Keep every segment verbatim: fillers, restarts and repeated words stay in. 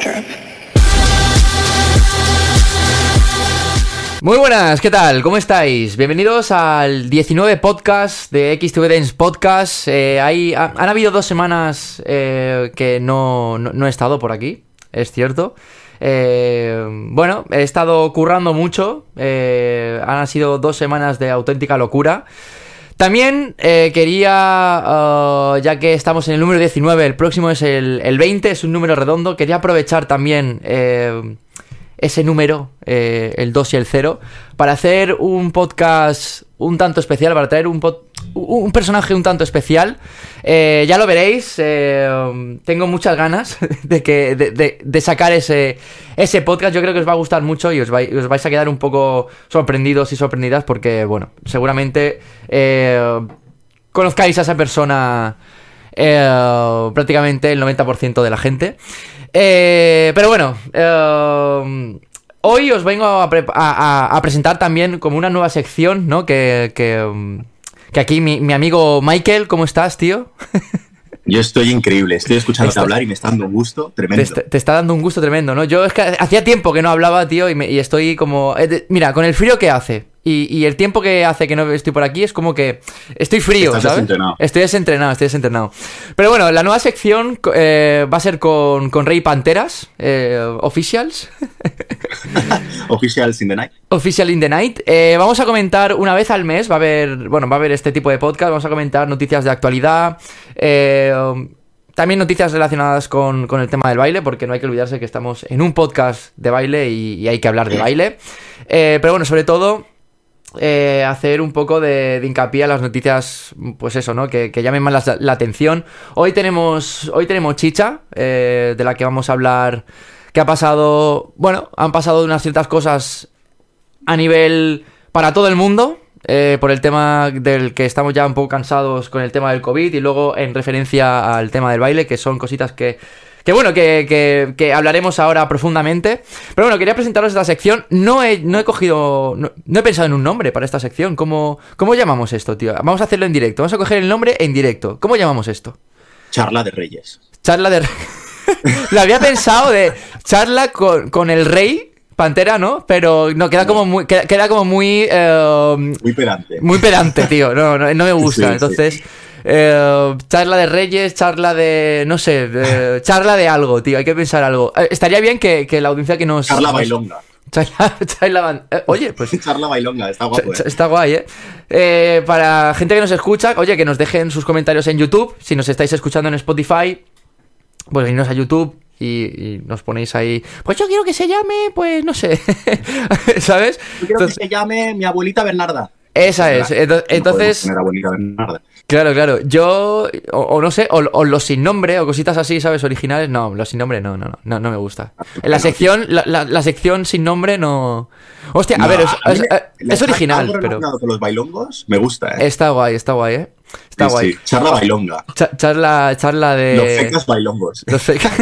trip. Muy buenas, ¿qué tal? ¿Cómo estáis? Bienvenidos al diecinueve podcast de X T V Dance Podcast. Eh, hay, ha, han habido dos semanas eh, que no, no, no he estado por aquí, es cierto. Eh, bueno, he estado currando mucho, eh, han sido dos semanas de auténtica locura. También eh, quería, uh, ya que estamos en el número diecinueve, el próximo es el, el veinte, es un número redondo, quería aprovechar también eh, ese número, eh, el dos y el cero, para hacer un podcast un tanto especial, para traer un, pod- un personaje un tanto especial. Eh, ya lo veréis, eh, tengo muchas ganas de, que, de, de, de sacar ese, ese podcast. Yo creo que os va a gustar mucho y os, vai, os vais a quedar un poco sorprendidos y sorprendidas porque, bueno, seguramente eh, conozcáis a esa persona eh, prácticamente el noventa por ciento de la gente. Eh, pero bueno, eh, hoy os vengo a, pre- a, a, a presentar también como una nueva sección, ¿no? Que, que, que aquí mi, mi amigo Michael, ¿cómo estás, tío? Yo estoy increíble, estoy escuchándote Estás... hablar y me está dando un gusto tremendo. Te, te está dando un gusto tremendo, ¿no? Yo es que hacía tiempo que no hablaba, tío, y, me, y estoy como... Mira, con el frío que hace y, y el tiempo que hace que no estoy por aquí es como que estoy frío, Estás ¿sabes? desentrenado. Estoy desentrenado, estoy desentrenado. Pero bueno, la nueva sección eh, va a ser con, con Rey Panteras, eh, Officials. Officials in the night. Official in the Night. Eh, vamos a comentar una vez al mes, va a haber, bueno, va a haber este tipo de podcast, vamos a comentar noticias de actualidad, eh, también noticias relacionadas con, con el tema del baile, porque no hay que olvidarse que estamos en un podcast de baile y, y hay que hablar de baile. Eh, pero bueno, sobre todo, eh, hacer un poco de, de hincapié a las noticias, pues eso, ¿no? Que, que llamen más la, la atención. Hoy tenemos, hoy tenemos chicha, eh, de la que vamos a hablar, que ha pasado, bueno, han pasado unas ciertas cosas a nivel para todo el mundo. Eh, por el tema del que estamos ya un poco cansados con el tema del COVID y luego en referencia al tema del baile, que son cositas que, que bueno, que, que, que hablaremos ahora profundamente. Pero bueno, quería presentaros esta sección. No he, no he cogido, no, no he pensado en un nombre para esta sección. ¿Cómo, ¿Cómo llamamos esto, tío? Vamos a hacerlo en directo. Vamos a coger el nombre en directo. ¿Cómo llamamos esto? Charla de Reyes. Charla de... Lo había pensado de charla con, con el rey Pantera, ¿no? Pero no, queda como muy... Queda, queda como muy... Eh, muy pedante. Muy pedante, tío. No, no, no me gusta. Sí, Entonces, sí. Eh, charla de Reyes, charla de... No sé, de, charla de algo, tío. Hay que pensar algo. Eh, estaría bien que, que la audiencia que nos... Charla nos, bailonga. Charla, charla eh, oye, pues... Charla bailonga, está guapo, eh. Está guay, ¿eh? ¿eh? Para gente que nos escucha, oye, que nos dejen sus comentarios en YouTube. Si nos estáis escuchando en Spotify, pues venidnos a YouTube y, y nos ponéis ahí. Pues yo quiero que se llame, pues no sé. ¿Sabes? Yo quiero Entonces, que se llame mi abuelita Bernarda. Esa es. Entonces. No abuelita Bernarda. Claro, claro. Yo, o, o no sé, o, o los sin nombre, o cositas así, ¿sabes? Originales. No, los sin nombre no, no, no, no, no me gusta. En la sección, la, la, la sección sin nombre no. Hostia, no, a ver, es, a es, me, es original, pero. Con los bailongos me gusta, eh. Está guay, está guay, eh. Está sí, guay. Sí. Charla bailonga. Ch- charla, charla de. Los fecas bailongos. Los fecas.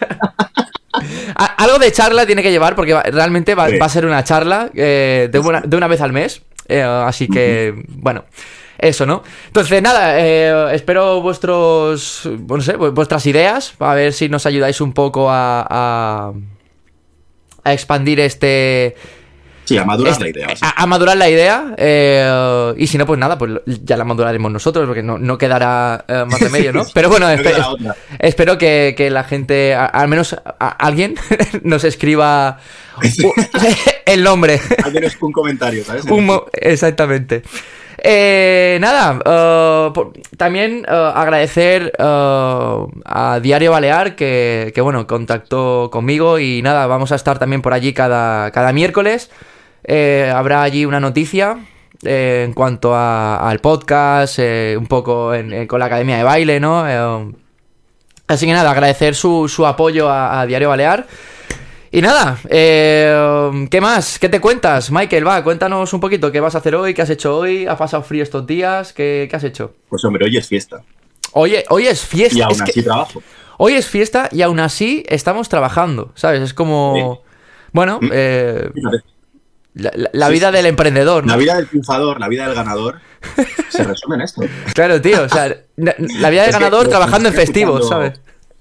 Algo de charla tiene que llevar, porque realmente va, sí. va a ser una charla eh, de, una, de una vez al mes. Eh, así que, uh-huh. bueno. Eso, ¿no? Entonces, nada, eh, espero vuestros, no sé, vuestras ideas, a ver si nos ayudáis un poco a, a, a expandir este... Sí, a madurar este, la idea. Sí. A, a madurar la idea, eh, y si no, pues nada, pues ya la maduraremos nosotros, porque no, no quedará eh, más remedio, ¿no? Pero bueno, no espe- espero que, que la gente, a, al menos a, alguien, nos escriba el nombre. Al menos un comentario, ¿sabes? Un mo- exactamente. Eh, nada, uh, por, también uh, agradecer uh, a Diario Balear que, que, bueno, contactó conmigo y nada, vamos a estar también por allí cada, cada miércoles. Eh, habrá allí una noticia eh, en cuanto a, al podcast, eh, un poco en, en, con la Academia de Baile, ¿no? Eh, así que nada, agradecer su, su apoyo a, a Diario Balear. Y nada, eh, ¿qué más? ¿Qué te cuentas, Michael? Va, cuéntanos un poquito qué vas a hacer hoy, qué has hecho hoy, ¿has pasado frío estos días? ¿Qué, qué has hecho? Pues hombre, hoy es fiesta. Hoy, hoy es fiesta. Y aún es así que trabajo. Hoy es fiesta y aún así estamos trabajando, ¿sabes? Es como... Sí. Bueno, eh, la, la, la vida sí, del emprendedor, ¿no? La vida del triunfador, la vida del ganador, se resume en esto. Claro, tío, o sea, la vida del es ganador que, trabajando en festivos, cuando... ¿sabes?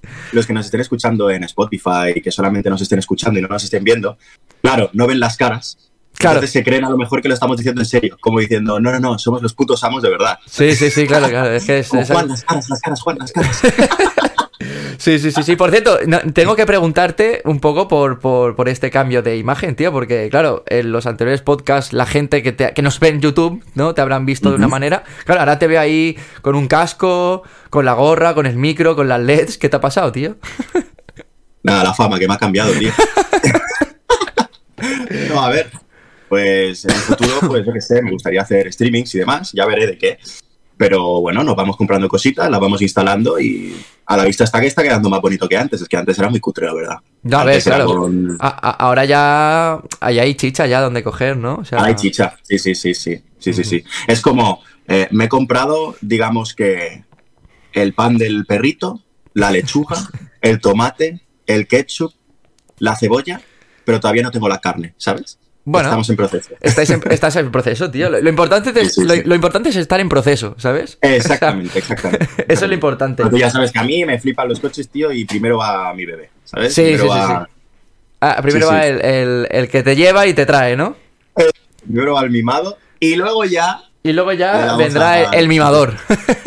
los que nos estén escuchando en Spotify, que solamente nos estén escuchando y no nos estén viendo, claro, no ven las caras. Claro. Entonces se creen a lo mejor que lo estamos diciendo en serio, como diciendo, no, no, no, somos los putos amos de verdad. Sí, sí, sí, claro, claro. Es que es, Como, es... Juan, las caras, las caras, Juan, las caras. Sí, sí, sí, sí. Por cierto, no, tengo que preguntarte un poco por, por, por este cambio de imagen, tío, porque, claro, en los anteriores podcasts, la gente que, te, que nos ve en YouTube, ¿no? Te habrán visto uh-huh. de una manera. Claro, ahora te veo ahí con un casco, con la gorra, con el micro, con las L E Ds. ¿Qué te ha pasado, tío? Nada, la fama que me ha cambiado, tío. No, a ver, pues en el futuro, pues yo qué sé, me gustaría hacer streamings y demás, ya veré de qué. Pero bueno, nos vamos comprando cositas, las vamos instalando y a la vista está que está quedando más bonito que antes. Es que antes era muy cutre, la verdad. No, a ver, claro. Con... A, a, ahora ya ahí hay chicha ya donde coger, ¿no? O sea... Hay chicha, sí, sí, sí, sí, sí, sí, sí. Es como, eh, me he comprado, digamos que el pan del perrito, la lechuga, el tomate, el ketchup, la cebolla, pero todavía no tengo la carne, ¿sabes? Bueno, estamos en proceso. Estáis en, estás en proceso, tío. Lo, lo, importante es, sí, sí, lo, sí. lo importante es estar en proceso, ¿sabes? Exactamente, exactamente. Eso es lo importante. Porque ya sabes que a mí me flipan los coches, tío, y primero va mi bebé, ¿sabes? Sí, primero sí, va... sí, sí. Ah, primero sí, va sí. El, el, el que te lleva y te trae, ¿no? Primero va el mimado y luego ya... Y luego ya vendrá a... el, el mimador.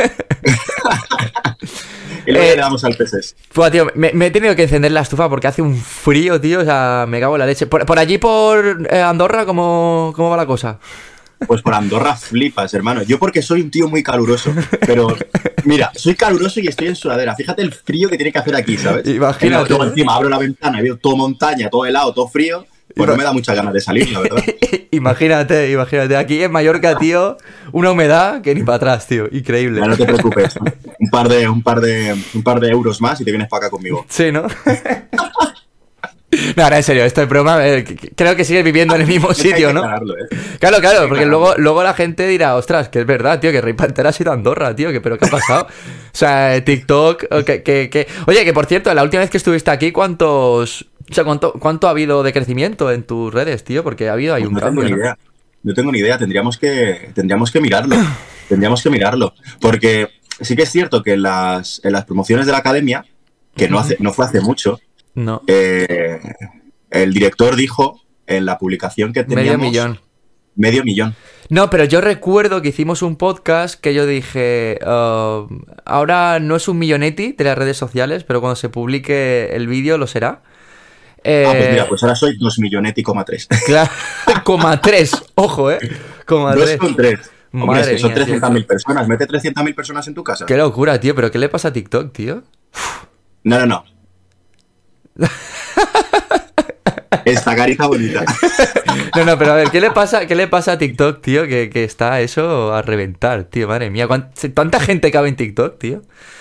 Y luego eh, le damos al P S S. Pues, tío, me, me he tenido que encender la estufa porque hace un frío, tío. O sea, me cago en la leche. Por, por allí, por eh, Andorra, ¿cómo, ¿cómo va la cosa? Pues por Andorra flipas, hermano. Yo porque soy un tío muy caluroso. Pero, mira, soy caluroso y estoy en sudadera. Fíjate el frío que tiene que hacer aquí, ¿sabes? Imagínate. Luego encima abro la ventana y veo todo montaña, todo helado, todo frío. Pues no me da muchas ganas de salir, la verdad. Imagínate, imagínate. Aquí en Mallorca, tío, una humedad que ni para atrás, tío. Increíble. Ya no te preocupes. Un par de, un par de, un par de euros más y te vienes para acá conmigo. Sí, ¿no? No, ahora en serio, esto es broma. Eh, creo que sigues viviendo en el mismo sitio, ¿no? Aclararlo, ¿eh? Claro, claro, porque luego, luego la gente dirá, ostras, que es verdad, tío, que Rey Pantera ha sido Andorra, tío, que pero ¿qué ha pasado? O sea, TikTok, que, que, que... Oye, que por cierto, la última vez que estuviste aquí, ¿cuántos... O sea, ¿cuánto, ¿cuánto ha habido de crecimiento en tus redes, tío? Porque ha habido ahí pues un no cambio, tengo ni ¿no? idea. No tengo ni idea, tendríamos que, tendríamos que mirarlo. Tendríamos que mirarlo. Porque sí que es cierto que en las, en las promociones de la academia, que no, hace, no fue hace mucho, no. eh, el director dijo en la publicación que teníamos... Medio millón. Medio millón. No, pero yo recuerdo que hicimos un podcast que yo dije, uh, ahora no es un milloneti de las redes sociales, pero cuando se publique el vídeo lo será. Eh... Ah, pues mira, pues ahora soy dos millonetti, coma tres. Claro, coma tres, ojo, eh. Coma dos tres. con tres. Hombre, es que son mía, trescientas mil personas. Mete trescientas mil personas en tu casa. Qué locura, tío. ¿Pero qué le pasa a TikTok, tío? No, no, no. Esta carita bonita. No, no, pero a ver, ¿qué le pasa, qué le pasa a TikTok, tío? Que, que está eso a reventar, tío. Madre mía. ¿Tanta gente cabe en TikTok, tío?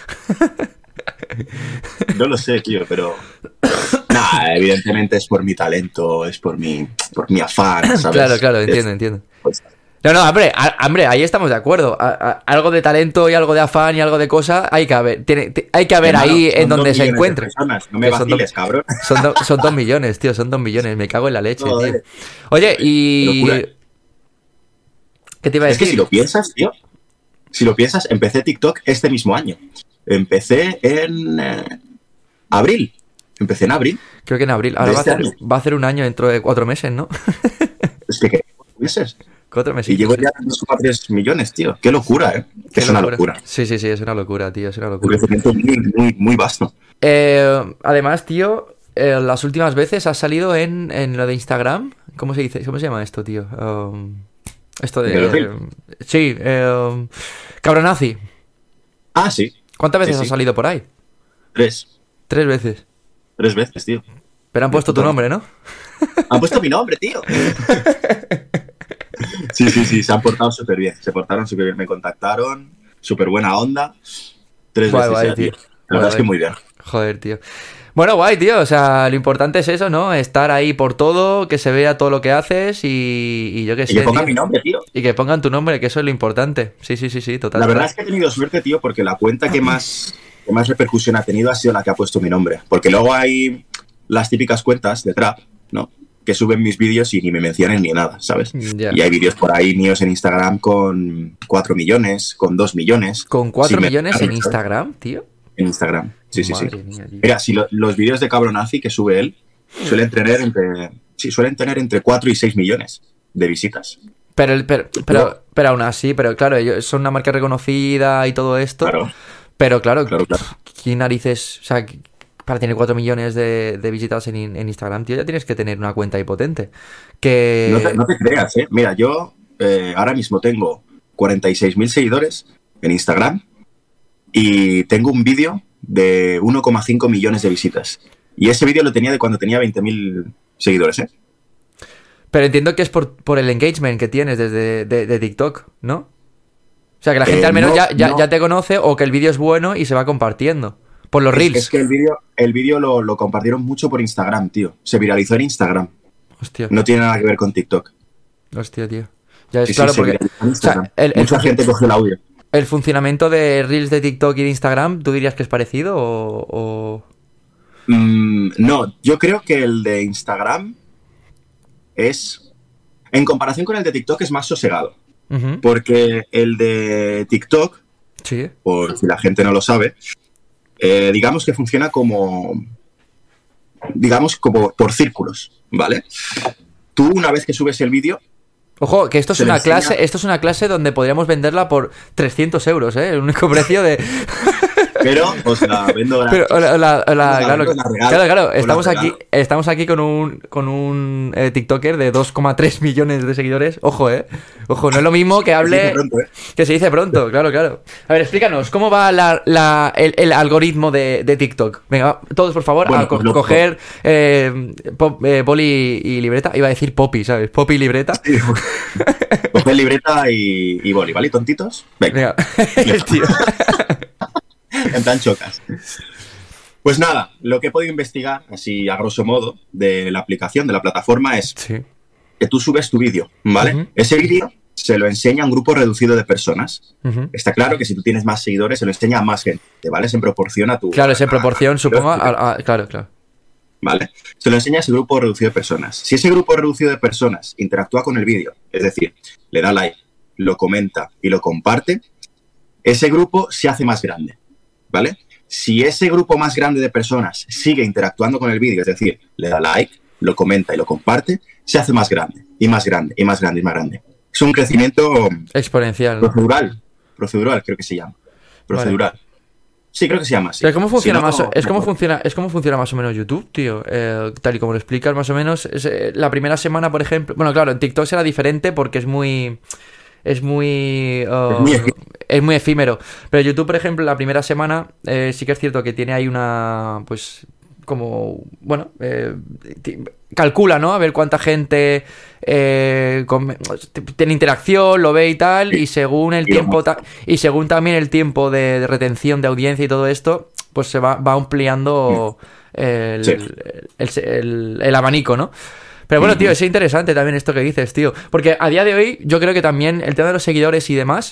No lo sé, tío, pero... Nah, evidentemente es por mi talento, es por mi, por mi afán, ¿sabes? Claro, claro, entiendo, es... entiendo. Pues... No, no, hombre, a, hombre, ahí estamos de acuerdo. A, a, algo de talento y algo de afán y algo de cosa hay que haber. Tiene, t- hay que haber Hermano, ahí en donde se encuentre. No me vaciles, son cabrón. Son, do, son dos millones, tío, son dos millones. Me cago en la leche, no, tío. Oye, y... ¿Qué te iba a decir? Es que si lo piensas, tío, si lo piensas, empecé TikTok este mismo año. Empecé en eh, abril. Empecé en abril. Creo que en abril. Ahora va, este a hacer, va a hacer un año dentro de cuatro meses, ¿no? Es que, ¿qué meses? Cuatro meses. Y llevo ya dos coma tres millones, tío. Qué locura, ¿eh? Qué es locura. Una locura. Sí, sí, sí, es una locura, tío. Es una locura. Un crecimiento muy, muy, muy vasto. Eh, además, tío, eh, las últimas veces has salido en, en lo de Instagram. ¿Cómo se dice? ¿Cómo se llama esto, tío? Um, esto de... ¿De eh, sí, eh, um, Cabronazi. Ah, sí. ¿Cuántas veces sí, has sí. salido por ahí? Tres. Tres veces. Tres veces, tío. Pero han puesto tu nombre, ¿no? Han puesto mi nombre, tío. Sí, sí, sí, se han portado súper bien. Se portaron súper bien. Me contactaron, súper buena onda. Tres guay, veces guay, ya, tío. tío. La verdad guay, es que muy bien. Joder, tío. Bueno, guay, tío. O sea, lo importante es eso, ¿no? Estar ahí por todo, que se vea todo lo que haces y, y yo qué sé. Y que pongan tío. mi nombre, tío. Y que pongan tu nombre, que eso es lo importante. Sí, sí, sí, sí, total. La verdad es que he tenido suerte, tío, porque la cuenta que más, que más repercusión ha tenido ha sido la que ha puesto mi nombre. Porque luego hay las típicas cuentas de trap, ¿no? Que suben mis vídeos y ni me mencionan ni nada, ¿sabes? Yeah. Y hay vídeos por ahí míos en Instagram con cuatro millones, con dos millones. ¿Con cuatro millones en Instagram, tío? En Instagram. Sí, sí, Madre sí. mía, tío. Mira, si lo- los vídeos de Cabronazi que sube él suelen tener entre, sí, suelen tener entre cuatro y seis millones de visitas. Pero, el- pero, pero, pero aún así, pero claro, ellos son una marca reconocida y todo esto. Claro, Pero claro, claro, claro. ¿quién narices? O sea, para tener cuatro millones de, de visitas en, en Instagram, tío, ya tienes que tener una cuenta ahí potente. Que... No te, no te creas, ¿eh? Mira, yo eh, ahora mismo tengo cuarenta y seis mil seguidores en Instagram y tengo un vídeo de uno coma cinco millones de visitas. Y ese vídeo lo tenía de cuando tenía veinte mil seguidores, ¿eh? Pero entiendo que es por, por el engagement que tienes desde de, de TikTok, ¿no? O sea, que la gente Eh, al menos no, ya, ya, no. ya te conoce o que el vídeo es bueno y se va compartiendo. Por los Es, reels. es que el vídeo el vídeo lo, lo compartieron mucho por Instagram, tío. Se viralizó en Instagram. Hostia, No tiene nada que ver con TikTok. hostia, tío. Ya es Sí, sí, claro se porque... viralizó en O sea, Instagram. el, el Mucha funci- gente cogió el audio. el funcionamiento de reels de TikTok y de Instagram, ¿tú dirías que es parecido o...? o... Mm, no, yo creo que el de Instagram es... En comparación con el de TikTok es más sosegado. Ujú. Porque el de TikTok, Sí. por si la gente no lo sabe, eh, digamos que funciona como... Digamos como por círculos, ¿vale? Tú una vez que subes el vídeo... Ojo, que esto es Se le una enseña- clase, esto es una clase donde podríamos venderla por trescientos euros, ¿eh? El único precio de... Pero os la vendo gratis. Pero, la, la- la- la claro, vendo, la regalo, claro, claro, os la estamos aquí, regalo. estamos aquí con un, con un eh, TikToker de dos coma tres millones de seguidores. Ojo, eh. Ojo, no es lo mismo que Se hable... dice pronto, ¿eh? Que se dice pronto, claro, claro. A ver, explícanos, ¿cómo va la, la- el, el algoritmo de, de TikTok? Venga, todos, por favor, Bueno, a co- pues lo- coger eh, pop- eh, boli y libreta. Iba a decir popi, ¿sabes? Popi y libreta. Coger libreta y, y boli, ¿vale? ¿Tontitos? Venga, Venga, el tío. en plan chocas. Pues nada, lo que he podido investigar, así a grosso modo, de la aplicación, de la plataforma, es Sí. que tú subes tu vídeo, ¿vale? Ujú. Ese vídeo se lo enseña a un grupo reducido de personas. Ujú. Está claro que si tú tienes más seguidores, se lo enseña a más gente, ¿vale? Es en proporción a tu... Claro, es en a- proporción, a- supongo. a- a- claro, claro. ¿Vale? Se lo enseña a ese grupo reducido de personas. Si ese grupo reducido de personas interactúa con el vídeo, es decir, le da like, lo comenta y lo comparte, ese grupo se hace más grande, ¿vale? Si ese grupo más grande de personas sigue interactuando con el vídeo, es decir, le da like, lo comenta y lo comparte, se hace más grande, y más grande, y más grande, y más grande. Es un crecimiento Exponencial, ¿no? procedural, procedural creo que se llama. Procedural. Sí, creo que se llama así. Pero ¿cómo funciona Si no, más o- es no- como funciona es como funciona más o menos YouTube, tío. Eh, tal y como lo explicas más o menos, es, eh, la primera semana, por ejemplo, bueno, claro, en TikTok será diferente porque es muy es muy uh, Es muy efímero. es muy efímero. Pero YouTube, por ejemplo, la primera semana eh, sí que es cierto que tiene ahí una pues como bueno eh, ti- calcula, ¿no? A ver cuánta gente eh, com- tiene interacción, lo ve y tal, y según el Y lo tiempo ta- y según también el tiempo de, de retención de audiencia y todo esto, pues se va, va ampliando el, Sí. el, el- el abanico, ¿no? Pero bueno, tío, es interesante también esto que dices, tío. Porque a día de hoy yo creo que también el tema de los seguidores y demás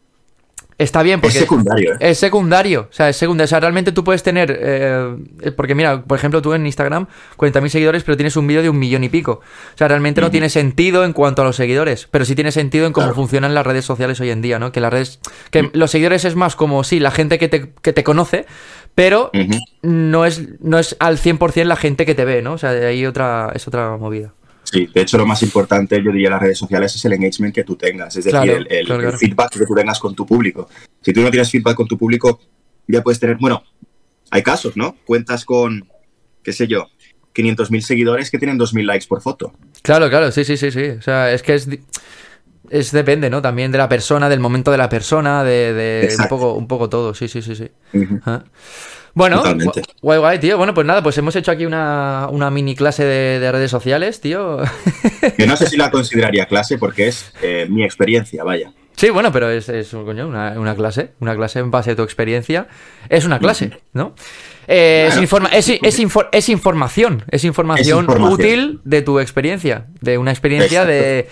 está bien porque Es secundario, ¿eh? es secundario, o sea, es secundario. O sea, realmente tú puedes tener, eh, porque mira, por ejemplo, tú en Instagram, cuarenta mil seguidores, pero tienes un vídeo de un millón y pico. O sea, realmente no Ujú. tiene sentido en cuanto a los seguidores, pero sí tiene sentido en cómo Claro. funcionan las redes sociales hoy en día, ¿no? Que las redes, que los seguidores es más como, sí, la gente que te, que te conoce, pero Ujú. no es, no es al cien por ciento la gente que te ve, ¿no? O sea, de ahí otra, es otra movida. Sí, de hecho lo más importante, yo diría, en las redes sociales es el engagement que tú tengas, es decir, Claro, el, el- claro, claro. el feedback que tú tengas con tu público. Si tú no tienes feedback con tu público, ya puedes tener, bueno, hay casos, ¿no? Cuentas con, qué sé yo, quinientos mil seguidores que tienen dos mil likes por foto. Claro, claro, sí, sí, sí, sí. O sea, es que es, di- es depende, ¿no? También de la persona, del momento de la persona, de, de un Exacto. poco, un poco todo, sí, sí, sí, sí. Ujú. Ajá. Bueno, Totalmente. gu- guay, guay, tío. Bueno, pues nada, pues hemos hecho aquí una, una mini clase de, de redes sociales, tío. Que no sé si la consideraría clase porque es eh, mi experiencia, vaya. Sí, bueno, pero es, es coño, una, una clase, una clase en base a tu experiencia. Es una clase, ¿no? Eh, es, Claro. informa- es, es, infor- es información, es información, Es información. útil de tu experiencia, de una experiencia de,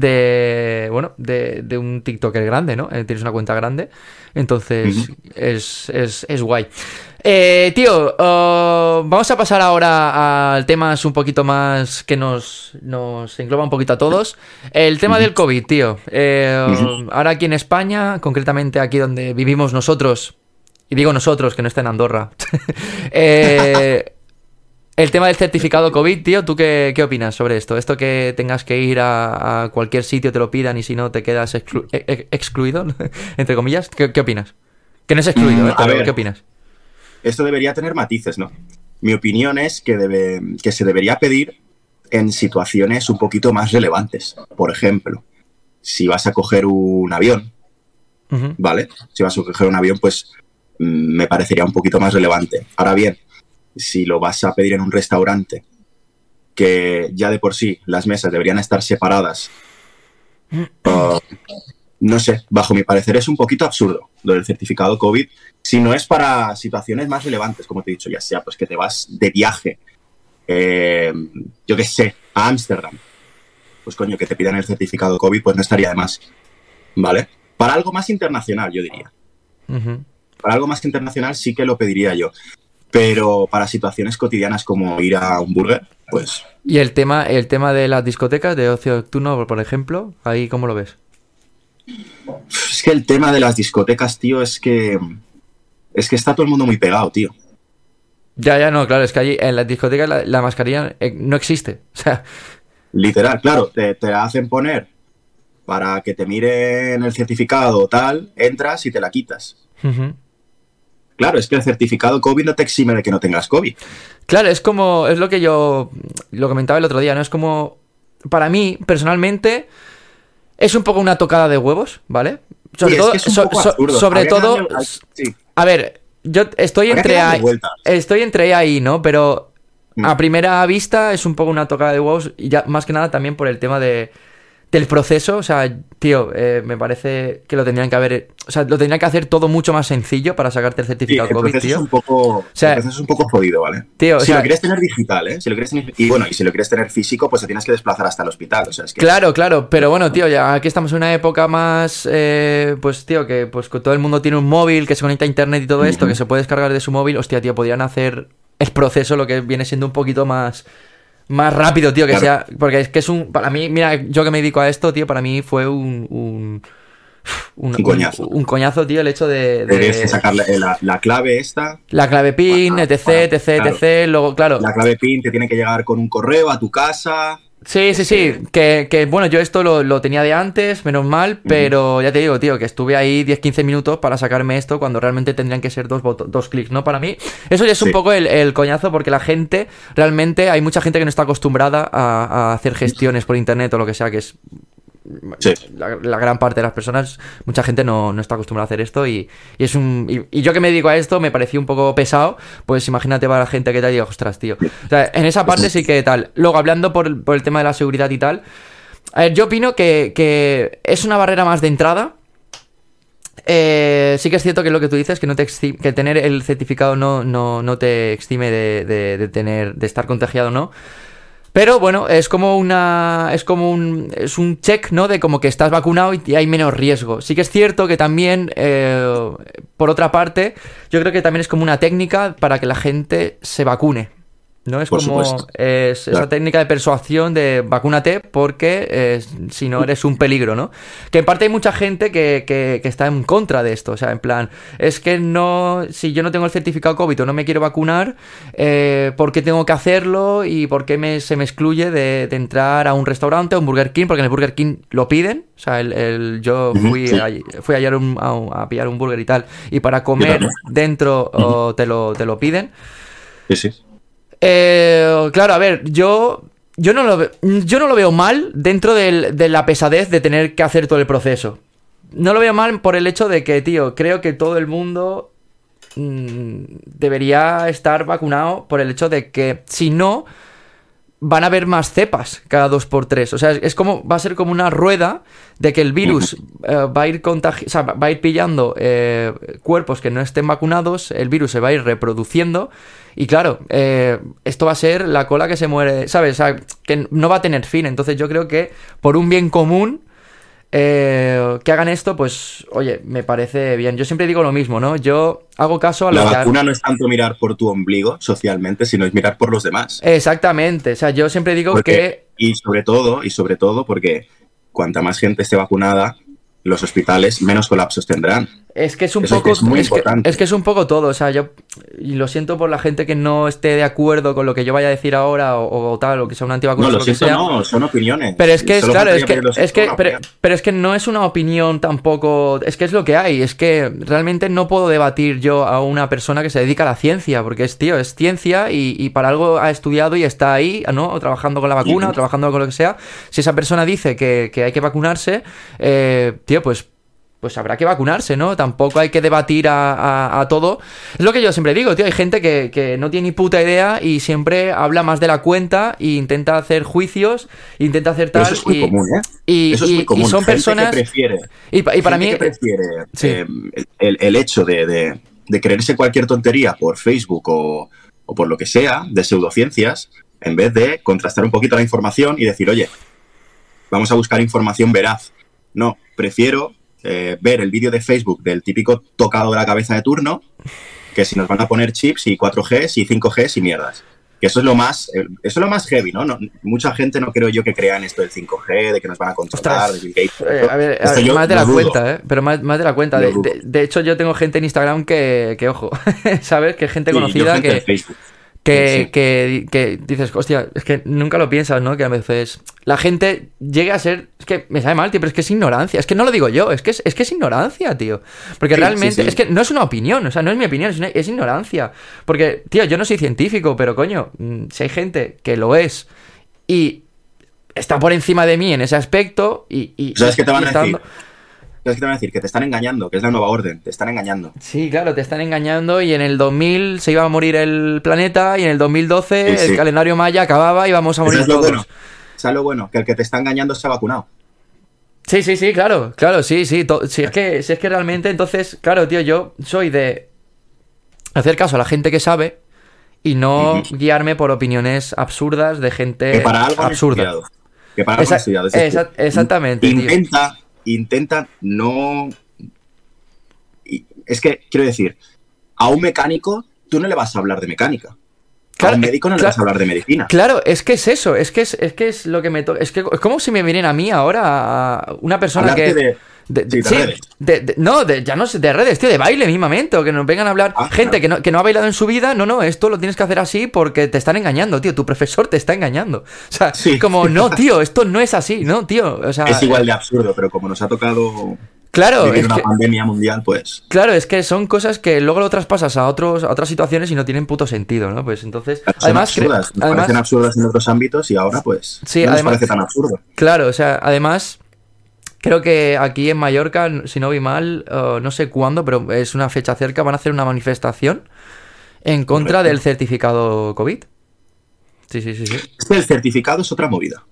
de, bueno, de, de un TikToker grande, ¿no? Eh, tienes una cuenta grande, entonces Ujú. es, es, es guay. Eh, tío, uh, vamos a pasar ahora a temas un poquito más que nos, nos engloba un poquito a todos. El tema del COVID, tío. Eh, Ujú. Ahora aquí en España, concretamente aquí donde vivimos nosotros y digo nosotros, que no está en Andorra, eh, el tema del certificado COVID, tío, ¿tú qué, qué opinas sobre esto? Esto que tengas que ir a, a cualquier sitio, te lo pidan y si no te quedas exclu- ex- excluido, entre comillas, ¿qué, qué opinas? Que no es excluido, Mm, ¿eh? a Pero ver. ¿qué opinas? Esto debería tener matices, ¿no? Mi opinión es que, debe, que se debería pedir en situaciones un poquito más relevantes. Por ejemplo, si vas a coger un avión, Uh-huh. ¿vale? Si vas a coger un avión, pues mm, me parecería un poquito más relevante. Ahora bien, si lo vas a pedir en un restaurante, que ya de por sí las mesas deberían estar separadas, uh, no sé, bajo mi parecer es un poquito absurdo lo del certificado COVID, si no es para situaciones más relevantes, como te he dicho, ya sea pues que te vas de viaje, eh, yo qué sé, a Ámsterdam, pues coño, que te pidan el certificado COVID, pues no estaría de más, ¿vale? Para algo más internacional, yo diría. Uh-huh. Para algo más internacional sí que lo pediría yo. Pero para situaciones cotidianas como ir a un burger, pues... Y el tema, el tema de las discotecas de ocio nocturno, por ejemplo, ¿ahí cómo lo ves? Es que el tema de las discotecas, tío, es que... Es que está todo el mundo muy pegado, tío. Ya, ya, no, claro, es que allí en las discotecas la, la mascarilla eh, no existe. O sea, Literal, claro, te, te la hacen poner para que te miren el certificado o tal, entras y te la quitas. uh-huh. Claro, es que el certificado COVID no te exime de que no tengas COVID. Claro, es como, es lo que yo lo comentaba el otro día, ¿no? Es como, para mí, personalmente, es un poco una tocada de huevos, ¿vale? Sobre Sí, es todo, que es un so- poco so- absurdo. sobre Habría que todo, darle- sí. a ver, yo estoy Habría que entre darle ahí, vueltas. estoy entre ahí, ¿no? Pero Mm. a primera vista es un poco una tocada de huevos y ya más que nada también por el tema de del proceso, o sea, tío, eh, me parece que lo tendrían que haber, o sea, lo tendrían que hacer todo mucho más sencillo para sacarte el Sí, certificado el COVID, proceso tío. es un poco, sea, el proceso es un poco jodido, ¿vale? Tío, o si sea- lo quieres tener digital, ¿eh? Si lo quieres tener, y bueno, y si lo quieres tener físico, pues te tienes que desplazar hasta el hospital. O sea, es que Claro, claro, pero bueno, tío, ya aquí estamos en una época más, eh, pues, tío, que pues que todo el mundo tiene un móvil, que se conecta a internet y todo esto, Ujú. que se puede descargar de su móvil. Hostia, tío, podrían hacer el proceso lo que viene siendo un poquito más, más rápido, tío, que Claro. sea, porque es que es un, para mí, mira, yo que me dedico a esto, tío, para mí fue un, un, un, Un coñazo. un, un coñazo, tío, el hecho de, tienes que de sacarle la, la clave esta. la clave PIN, Para- etc, para- etc, claro. etc, luego, claro. La clave PIN te tiene que llegar con un correo a tu casa. Sí, sí, Es sí, que, que bueno, yo esto lo, lo tenía de antes, menos mal, pero ya te digo, tío, que estuve ahí diez quince minutos para sacarme esto cuando realmente tendrían que ser dos, boto- dos clics, ¿no? Para mí, eso ya es un Sí. poco el, el coñazo porque la gente, realmente, hay mucha gente que no está acostumbrada a, a hacer gestiones por internet o lo que sea, que es Sí. la, la gran parte de las personas, mucha gente no, no está acostumbrada a hacer esto y, y es un y, y yo que me dedico a esto me pareció un poco pesado, pues imagínate para la gente que tal y digo, ostras, tío. O sea, en esa parte sí que tal. Luego, hablando por, por el tema de la seguridad y tal, a ver, yo opino que, que es una barrera más de entrada. Eh, sí que es cierto que lo que tú dices, que no te exi- que tener el certificado no, no, no te exime de, de, de tener, de estar contagiado o no. Pero bueno, es como una. Es como un. Es un check, ¿no? De como que estás vacunado y hay menos riesgo. Sí que es cierto que también, eh, por otra parte, yo creo que también es como una técnica para que la gente se vacune. ¿No? Es Por como supuesto. es esa Claro. técnica de persuasión de vacúnate porque eh, si no eres un peligro, ¿no? Que en parte hay mucha gente que, que, que está en contra de esto. O sea, en plan, es que no. Si yo no tengo el certificado COVID o no me quiero vacunar, eh, ¿por qué tengo que hacerlo? ¿Y por qué me, se me excluye de, de entrar a un restaurante, a un Burger King? Porque en el Burger King lo piden. O sea, el, el- yo Ujú, fui, sí. a, fui ayer un- a, un- a pillar un burger y tal. Y para comer también. dentro oh, te, lo, te lo piden. Sí, sí. Eh, claro, a ver, yo yo no lo ve- yo no lo veo mal dentro del- de la pesadez de tener que hacer todo el proceso. No lo veo mal por el hecho de que, tío, creo que todo el mundo mm, debería estar vacunado por el hecho de que si no van a haber más cepas cada dos por tres. O sea, es como va a ser como una rueda de que el virus eh, va a ir contagi- o sea, va a ir pillando eh, cuerpos que no estén vacunados, el virus se va a ir reproduciendo y claro, eh, esto va a ser la cola que se muere, ¿sabes? O sea, que no va a tener fin. Entonces yo creo que por un bien común eh, que hagan esto, pues, oye, me parece bien. Yo siempre digo lo mismo, ¿no? Yo hago caso a La lo que... vacuna no es tanto mirar por tu ombligo socialmente, sino es mirar por los demás. Exactamente. O sea, yo siempre digo Porque- que... Y sobre todo, y sobre todo porque cuanta más gente esté vacunada, los hospitales menos colapsos tendrán. Es que es un Eso poco, es muy es que, importante. es que es un poco todo, o sea, yo y lo siento por la gente que no esté de acuerdo con lo que yo vaya a decir ahora o, o tal, o que sea una antivacuna No, o lo lo que siento, sea. no, son opiniones. Pero es que es Solo claro, es faltaría que pedirlo, es son que una pero, opinión. pero es que no es una opinión tampoco, es que es lo que hay, es que realmente no puedo debatir yo a una persona que se dedica a la ciencia, porque es tío, es ciencia y, y para algo ha estudiado y está ahí, ¿no? Trabajando con la vacuna o trabajando con lo que sea. Si esa persona dice que, que hay que vacunarse, eh, tío, pues pues habrá que vacunarse, ¿no? Tampoco hay que debatir a, a, a todo. Es lo que yo siempre digo, tío. Hay gente que, que no tiene ni puta idea y siempre habla más de la cuenta e intenta hacer juicios, intenta hacer Pero tal. eso es muy y, común, ¿eh? y, Eso es muy y, y común. son Gente personas. que prefiere, Y, pa- y para gente mí. que prefiere Sí. eh, el, el hecho de, de, de creerse cualquier tontería por Facebook o, o por lo que sea, de pseudociencias, en vez de contrastar un poquito la información y decir, oye, vamos a buscar información veraz. No, prefiero eh, ver el vídeo de Facebook del típico tocado de la cabeza de turno, que si nos van a poner chips y cuatro G y cinco G y mierdas. Que eso es lo más, eh, eso es lo más heavy, ¿no? ¿no? Mucha gente no creo yo que crea en esto del cinco G, de que nos van a controlar, Ostras, de Bill Gates. eh, a ver, a Esto ver, yo más de lo la dudo. cuenta, ¿eh? Pero más, más de la cuenta. Lo De, dudo. de- de hecho, yo tengo gente en Instagram que, que ojo, ¿sabes? Que es gente Sí, yo conocida gente que, de Facebook. que, Sí, sí. que, que dices, hostia, es que nunca lo piensas, ¿no? Que a veces la gente llegue a ser, es que me sabe mal, tío, pero es que es ignorancia, es que no lo digo yo, es que es, es que es ignorancia, tío. Porque Sí, realmente, sí, sí. es que no es una opinión, o sea, no es mi opinión, es, una- es ignorancia. Porque, tío, yo no soy científico, pero coño, mm, si hay gente que lo es y está por encima de mí en ese aspecto y... y ¿Sabes qué te van y a está decir? dando- ¿Sabes qué te van a decir? Que te están engañando, que es la nueva orden, te están engañando. Sí, claro, te están engañando y en el dos mil se iba a morir el planeta y en el dos mil doce Sí, sí. el calendario maya acababa y vamos a Eso morir es lo todos. bueno. ¿Sabes lo bueno? Que el que te está engañando se ha vacunado. Sí, sí, sí, claro, claro, sí, sí. to- Si es que, si es que realmente, entonces, claro, tío, yo soy de hacer caso a la gente que sabe y no Ujú. guiarme por opiniones absurdas de gente Que para algo han absurda. estudiado. Que para algo Esa- han estudiado. Es decir, esa- exactamente, tío. Intenta, intenta no... y- Es que, quiero decir, a un mecánico tú no le vas a hablar de mecánica. Claro, a un médico no le claro. vas a hablar de medicina. Claro, es que es eso, es que es, es que es lo que me toca. Es que es como si me vienen a mí ahora a una persona Hablarte que. de- de- de- sí, de sí, redes. de- de- no, de- ya no sé, de redes, tío, de baile mismamente, o que nos vengan a hablar Ah, gente claro. que no, que no ha bailado en su vida, no, no, esto lo tienes que hacer así porque te están engañando, tío, tu profesor te está engañando. O sea, Sí. como, no, tío, esto no es así, no, tío, o sea... Es igual de absurdo, pero como nos ha tocado Claro, vivir es una que, pandemia mundial, pues... claro, es que son cosas que luego lo traspasas a otros, a otras situaciones y no tienen puto sentido, ¿no? Pues entonces, Son además, cre- absurdas. Nos además, parecen absurdas en otros ámbitos y ahora, pues, Sí, no nos además- parece tan absurdo. claro, o sea, además, creo que aquí en Mallorca, si no vi mal, eh, no sé cuándo, pero es una fecha cerca, van a hacer una manifestación en contra Correcto. del certificado COVID. Sí, sí, sí, sí. Es que el certificado es otra movida.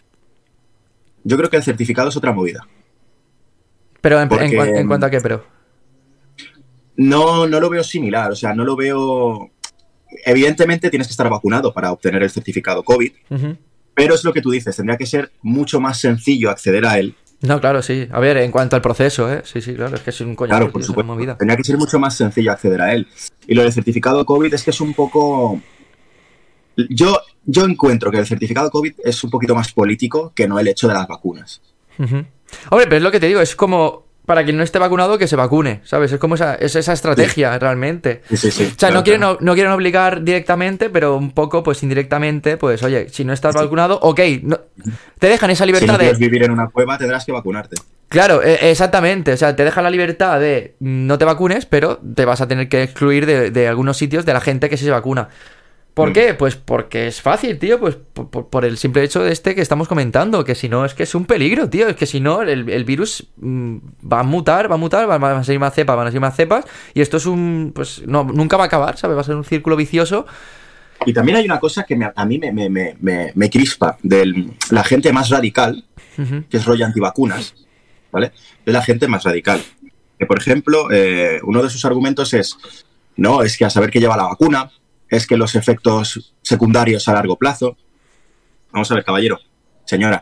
Yo creo que el certificado es otra movida. Pero en, en Porque- cuan- en cuanto a qué, pero... No, no lo veo similar, o sea, no lo veo... Evidentemente tienes que estar vacunado para obtener el certificado COVID, Ujú. pero es lo que tú dices, tendría que ser mucho más sencillo acceder a él. No, claro, sí. A ver, en cuanto al proceso, ¿eh? Sí, sí, claro, es que es un coño. Claro, por supuesto. Tendría que ser mucho más sencillo acceder a él. Y lo del certificado COVID es que es un poco... Yo, yo encuentro que el certificado COVID es un poquito más político que no el hecho de las vacunas. Ujú. Hombre, pero es lo que te digo, es como para quien no esté vacunado que se vacune, ¿sabes? Es como esa, es esa estrategia realmente. Sí, sí, sí. O sea, claro, no, quieren, claro. no, no quieren obligar directamente, pero un poco, pues indirectamente, pues oye, si no estás Sí. vacunado, ok, no- te dejan esa Si libertad no quieres de... vivir en una cueva, tendrás que vacunarte. Claro, e- exactamente, o sea, te dejan la libertad de mm, no te vacunes, pero te vas a tener que excluir de, de algunos sitios de la gente que sí se vacuna. ¿Por Mm. qué? Pues porque es fácil, tío, pues por, por- por el simple hecho de este que estamos comentando, que si no es que es un peligro, tío, es que si no el, el virus mm, va a mutar, va a mutar, van a salir más cepas, van a salir más cepas, y esto es un, pues no, nunca va a acabar, ¿sabes? Va a ser un círculo vicioso. Y también hay una cosa que me- a mí me, me, me, me- me crispa de la gente más radical, Ujú. que es rollo antivacunas, ¿vale? Es la gente más radical. Que, por ejemplo, eh, uno de sus argumentos es, no, es que a saber qué lleva la vacuna, es que los efectos secundarios a largo plazo... Vamos a ver, caballero, señora,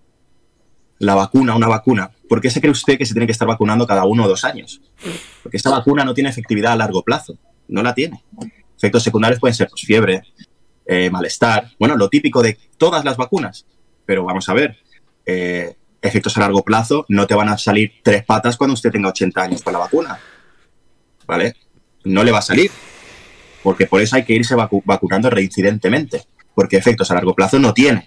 la vacuna, una vacuna, ¿por qué se cree usted que se tiene que estar vacunando cada uno o dos años? Porque esta vacuna no tiene efectividad a largo plazo, no la tiene. Efectos secundarios pueden ser pues, fiebre, eh, malestar, bueno, lo típico de todas las vacunas. Pero vamos a ver, eh, efectos a largo plazo, no te van a salir tres patas cuando usted tenga ochenta años con la vacuna, ¿vale? No le va a salir, porque por eso hay que irse vacu- vacunando reincidentemente, porque efectos a largo plazo no tiene.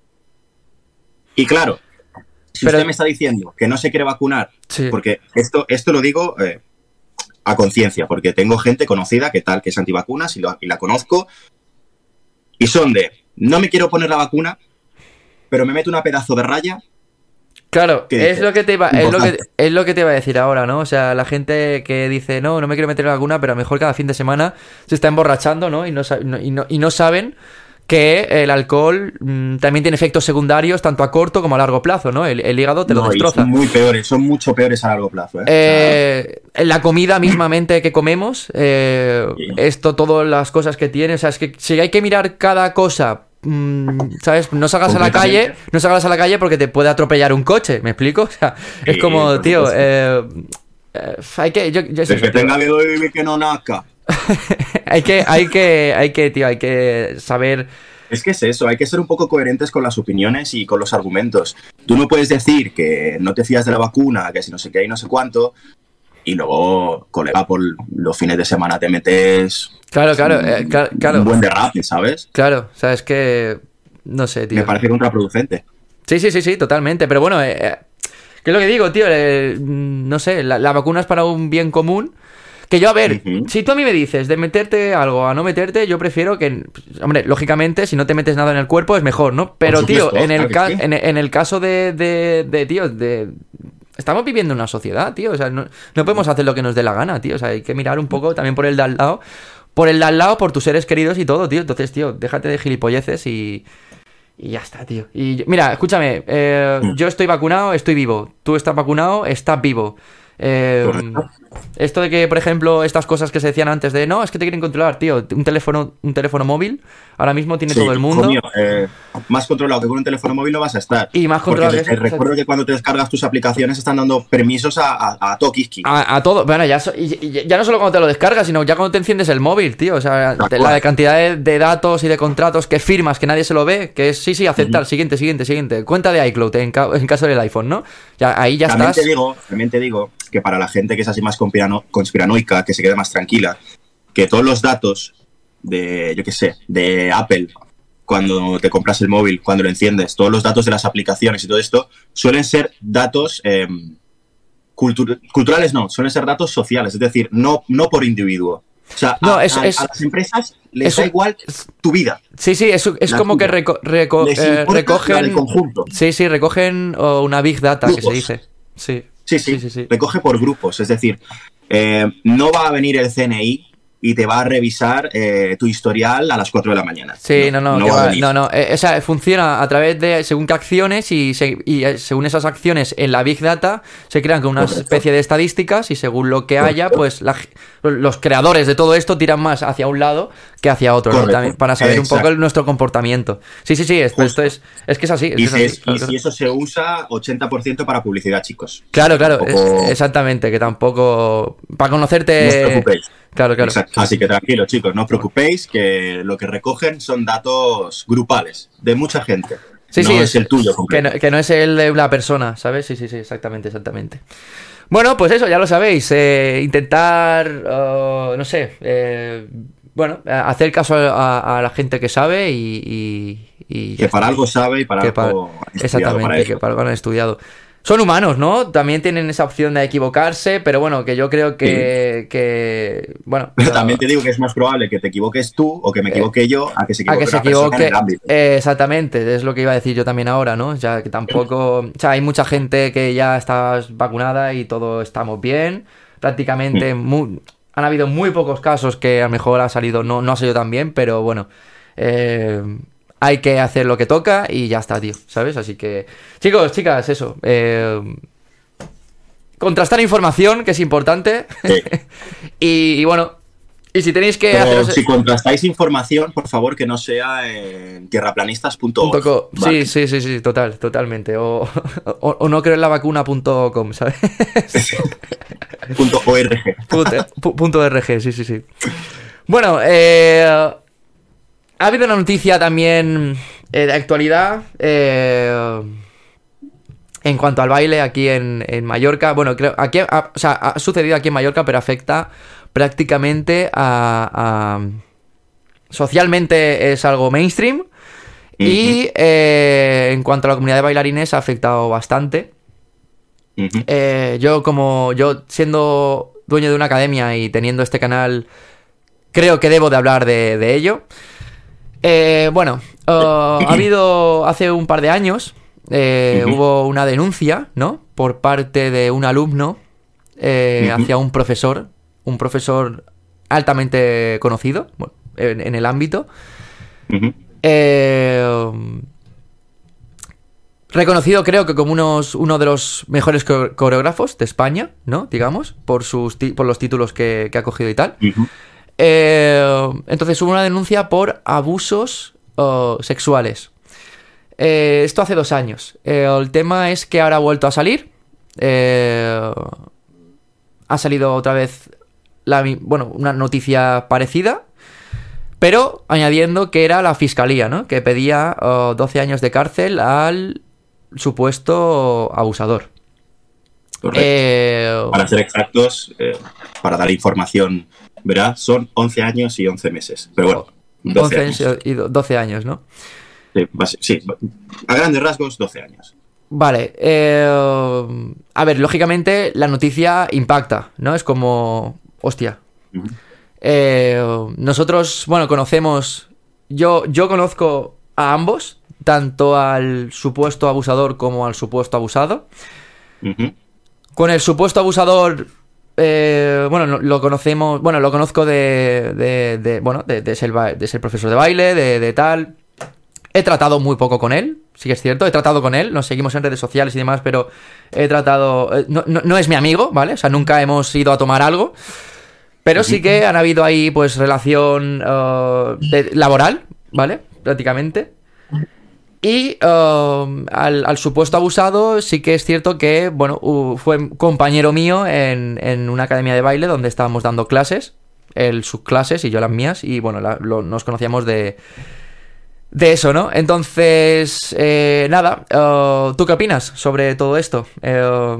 Y claro, si Pero- usted me está diciendo que no se quiere vacunar, Sí. porque esto, esto lo digo eh, a conciencia, porque tengo gente conocida que tal, que es antivacunas y, lo- y la conozco, y son de, no me quiero poner la vacuna, pero me meto una pedazo de raya. Claro, ¿Qué es dices? lo que te iba, es lo que, Importante. es lo que te iba a decir ahora, ¿no? O sea, la gente que dice, no, no me quiero meter en alguna, pero a lo mejor cada fin de semana se está emborrachando, ¿no? Y no, sa- no- y no, y no saben que el alcohol mm, también tiene efectos secundarios tanto a corto como a largo plazo, ¿no? El, el hígado te lo No, y destroza. son muy peores, son mucho peores a largo plazo. ¿eh? Eh, la comida mismamente que comemos, eh, Sí. esto, todas las cosas que tiene, o sea, es que si hay que mirar cada cosa, mm, ¿sabes? No salgas a la calle, Completamente. no salgas a la calle porque te puede atropellar un coche, ¿me explico? O sea, es Sí, como, por tío, supuesto. eh, eh, hay que, yo, yo- O sea, sí, que tío. tenga dedo de vivir que no nazca. hay que, hay que, hay que, tío, hay que saber. Es que es eso, hay que ser un poco coherentes con las opiniones y con los argumentos. Tú no puedes decir que no te fías de la vacuna, que si no sé qué y no sé cuánto, y luego, colega, por los fines de semana te metes Claro, claro, un, eh, cla- claro, un buen derrape, ¿sabes? claro, o sea, es que, no sé, tío. Me parece contraproducente. Sí, sí, sí, sí, totalmente. Pero bueno, eh, eh, ¿qué es lo que digo, tío? Eh, mm, no sé, la, la vacuna es para un bien común. Que yo, a ver, Ujú. si tú a mí me dices de meterte algo a no meterte, yo prefiero que, pues, hombre, lógicamente, si no te metes nada en el cuerpo es mejor, ¿no? Pero, Por tío, supuesto, en el, claro que ca- sí. en, en el caso de, de, de, tío, de... Estamos viviendo en una sociedad, tío. O sea, no, no podemos hacer lo que nos dé la gana, tío. O sea, hay que mirar un poco también por el de al lado. Por el de al lado, por tus seres queridos y todo, tío. Entonces, tío, déjate de gilipolleces y... Y ya está, tío. Y yo- mira, escúchame, eh, Mm. yo estoy vacunado, estoy vivo. Tú estás vacunado, estás vivo. Eh, Correcto. esto de que, por ejemplo, estas cosas que se decían antes de no, es que te quieren controlar, tío. Un teléfono, un teléfono móvil, ahora mismo tiene Sí, todo el hijo mundo. mío, eh, más controlado que con un teléfono móvil no vas a estar. Y más Porque controlado que te- eso, recuerdo exacto. que cuando te descargas tus aplicaciones están dando permisos a, a, a Tokiski. A, a todo, bueno, ya, so- y- y- ya no solo cuando te lo descargas, sino ya cuando te enciendes el móvil, tío. O sea, Tal de- cual. la cantidad de, de datos y de contratos que firmas que nadie se lo ve, que es sí, sí, aceptar, Ujú. siguiente, siguiente, siguiente. Cuenta de iCloud en, ca- en caso del iPhone, ¿no? Ya, ahí ya También estás. te digo, también te digo que para la gente que es así más conspirano- conspiranoica, que se quede más tranquila, que todos los datos de, yo qué sé, de Apple, cuando te compras el móvil, cuando lo enciendes, todos los datos de las aplicaciones y todo esto, suelen ser datos eh, cultur- culturales, no, suelen ser datos sociales, es decir, no, no por individuo. O sea, No, a, es- a- es- a las empresas les es da un- igual tu vida. Sí, sí, es, es La como que tuya. reco- reco- Les eh, importa la recogen. del conjunto. Sí, sí, recogen oh, una big data que se Grupos. dice. Sí. Sí, sí, Sí, sí, sí. recoge por grupos, es decir, eh, no va a venir el C N I y te va a revisar eh, tu historial a las cuatro de la mañana. Sí, no, no, que va a va- venir. no, no, eh, o sea, funciona a través de según qué acciones y, se- y, eh, según esas acciones en la Big Data se crean con una Correcto. especie de estadísticas y según lo que haya, Correcto. pues la g- los creadores de todo esto tiran más hacia un lado que hacia otro, ¿no? Correcto. También para saber un poco Exacto. el- nuestro comportamiento. Sí, sí, sí, esto, Justo. esto es, es que es así. Es Y, que es si, así, y claro, si claro. eso se usa, ochenta por ciento para publicidad, chicos. Claro, claro, Tampoco- es- exactamente, que tampoco... Para No os conocerte... preocupéis. Claro, claro. Exacto. Así que tranquilos, chicos, no os preocupéis, que lo que recogen son datos grupales, de mucha gente. Sí, no sí, es, el tuyo que concreto. no, que no es el de una persona, ¿sabes? Sí, sí, sí, exactamente, exactamente. Bueno, pues eso, ya lo sabéis. eh, intentar, oh, no sé, eh, bueno, a- hacer caso a, a la gente que sabe y... y- y ya Que para está. algo sabe y para Que algo pa- han estudiado exactamente, para que eso. para algo han estudiado. Son humanos, ¿no? También tienen esa opción de equivocarse, pero bueno, que yo creo que... que bueno, Pero no- también te digo que es más probable que te equivoques tú o que me equivoque yo a que se Eh, a equivoque que se una persona en equivoque. el ámbito. Eh, exactamente, es lo que iba a decir yo también ahora, ¿no? O sea, que tampoco. O sea, hay mucha gente que ya está vacunada y todo estamos bien. Prácticamente mu- han habido muy pocos casos que a lo mejor ha salido, no, no ha salido tan bien, pero bueno. eh, hay que hacer lo que toca y ya está, tío, ¿sabes? Así que. Chicos, chicas, eso. eh, contrastar información, que es importante. Sí. y, y bueno. Y si tenéis que Pero haceros. si contrastáis información, por favor, que no sea en tierraplanistas punto org. Punto co- ¿vale? Sí, sí, sí, sí, total, totalmente. O, o, o no creo en la vacuna punto com, ¿sabes? Punto org. Punto, pu- punto rg, sí, sí, sí. Bueno, eh, ha habido una noticia también eh, de actualidad. eh, En cuanto al baile aquí en, en Mallorca, bueno, creo aquí ha, o sea, ha sucedido aquí en Mallorca, pero afecta prácticamente a, a socialmente es algo mainstream. Uh-huh. Y eh, en cuanto a la comunidad de bailarines ha afectado bastante. Uh-huh. Eh, yo como yo siendo dueño de una academia y teniendo este canal, creo que debo de hablar de, de ello. Eh, bueno, uh, ha habido hace un par de años. Eh, uh-huh. Hubo una denuncia, ¿no? Por parte de un alumno eh, uh-huh. hacia un profesor, un profesor altamente conocido, bueno, en, en el ámbito, uh-huh. eh, reconocido creo que como unos, uno de los mejores coreógrafos de España, ¿no? Digamos, por sus por los títulos que, que ha cogido y tal. Uh-huh. eh, entonces hubo una denuncia por abusos uh, sexuales. Eh, esto hace dos años. Eh, el tema es que ahora ha vuelto a salir. Eh, ha salido otra vez la, bueno, una noticia parecida, pero añadiendo que era la fiscalía, ¿no? Que pedía uh, doce años de cárcel al supuesto abusador. Correcto. Eh, para ser exactos, eh, para dar información, ¿verdad? Son once años y once meses. Pero bueno, doce once años y doce años, ¿no? Sí, sí, a grandes rasgos, doce años. Vale, eh, a ver, lógicamente la noticia impacta, ¿no? Es como, hostia. Uh-huh. Eh, nosotros, bueno, conocemos, yo, yo conozco a ambos, tanto al supuesto abusador como al supuesto abusado. Uh-huh. Con el supuesto abusador, eh, bueno, lo, lo conocemos, bueno, lo conozco de, de, de bueno, de, de, ser, de ser profesor de baile, de, de tal. He tratado muy poco con él, sí que es cierto, he tratado con él, nos seguimos en redes sociales y demás, pero he tratado... No, no, no es mi amigo, ¿vale? O sea, nunca hemos ido a tomar algo, pero sí que han habido ahí, pues, relación uh, de, laboral, ¿vale? Prácticamente. Y uh, al, al supuesto abusado sí que es cierto que, bueno, uh, fue compañero mío en, en una academia de baile donde estábamos dando clases, él sus clases y yo las mías, y bueno, la, lo, nos conocíamos de... De eso, ¿no? Entonces, eh, nada, uh, ¿tú qué opinas sobre todo esto? Eh,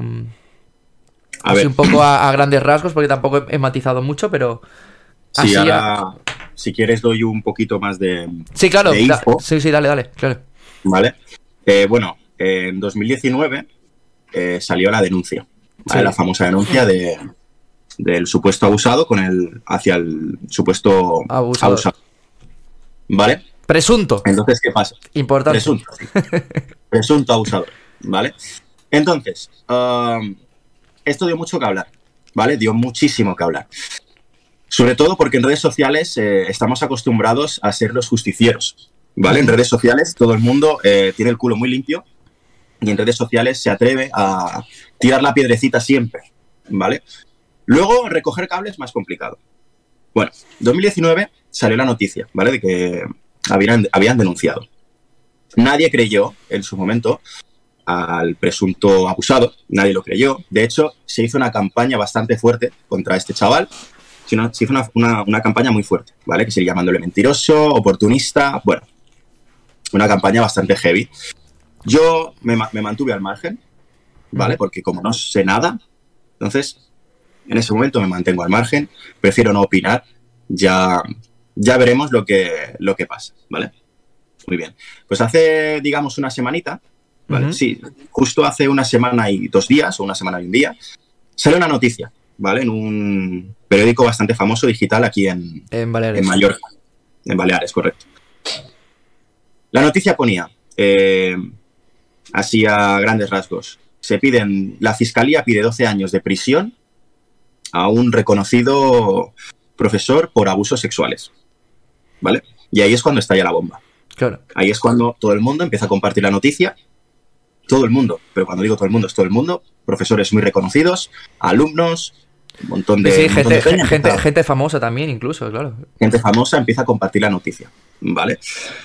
a ver. Un poco a, a grandes rasgos, porque tampoco he, he matizado mucho, pero... Sí, así ahora, a... si quieres, doy un poquito más de Sí, claro, de info. Da, sí, sí, dale, dale, claro. Vale. Eh, bueno, eh, en dos mil diecinueve eh, salió la denuncia, ¿vale? Sí. La famosa denuncia de, del supuesto abusado con el hacia el supuesto abusador. abusado. ¿Vale? Presunto. Entonces, ¿qué pasa? Importante. Presunto. Sí. Presunto abusador, ¿vale? Entonces, um, esto dio mucho que hablar, ¿vale? Dio muchísimo que hablar. Sobre todo porque en redes sociales eh, estamos acostumbrados a ser los justicieros, ¿vale? En redes sociales todo el mundo eh, tiene el culo muy limpio y en redes sociales se atreve a tirar la piedrecita siempre, ¿vale? Luego, recoger cables es más complicado. Bueno, en dos mil diecinueve salió la noticia, ¿vale? De que habían, habían denunciado. Nadie creyó en su momento al presunto abusado, nadie lo creyó. De hecho, se hizo una campaña bastante fuerte contra este chaval. Se hizo una, una, una campaña muy fuerte, ¿vale? Que sería llamándole mentiroso, oportunista, bueno, una campaña bastante heavy. Yo me, me mantuve al margen, ¿vale? Porque como no sé nada, entonces, en ese momento me mantengo al margen, prefiero no opinar, ya... Ya veremos lo que, lo que pasa, ¿vale? Muy bien. Pues hace, digamos, una semanita, ¿vale? Uh-huh. Sí, justo hace una semana y dos días, o una semana y un día, sale una noticia, ¿vale? En un periódico bastante famoso digital aquí en, en, Baleares. en Mallorca. En Baleares, correcto. La noticia ponía, eh, así a grandes rasgos, se piden, la fiscalía pide doce años de prisión a un reconocido profesor por abusos sexuales. ¿Vale? Y ahí es cuando estalla la bomba. Claro. Ahí es cuando todo el mundo empieza a compartir la noticia. Todo el mundo, pero cuando digo todo el mundo, es todo el mundo. Profesores muy reconocidos, alumnos, un montón de... Sí, sí, gente, de gente, gente, empieza, gente famosa también, incluso, claro. Gente famosa empieza a compartir la noticia, ¿vale?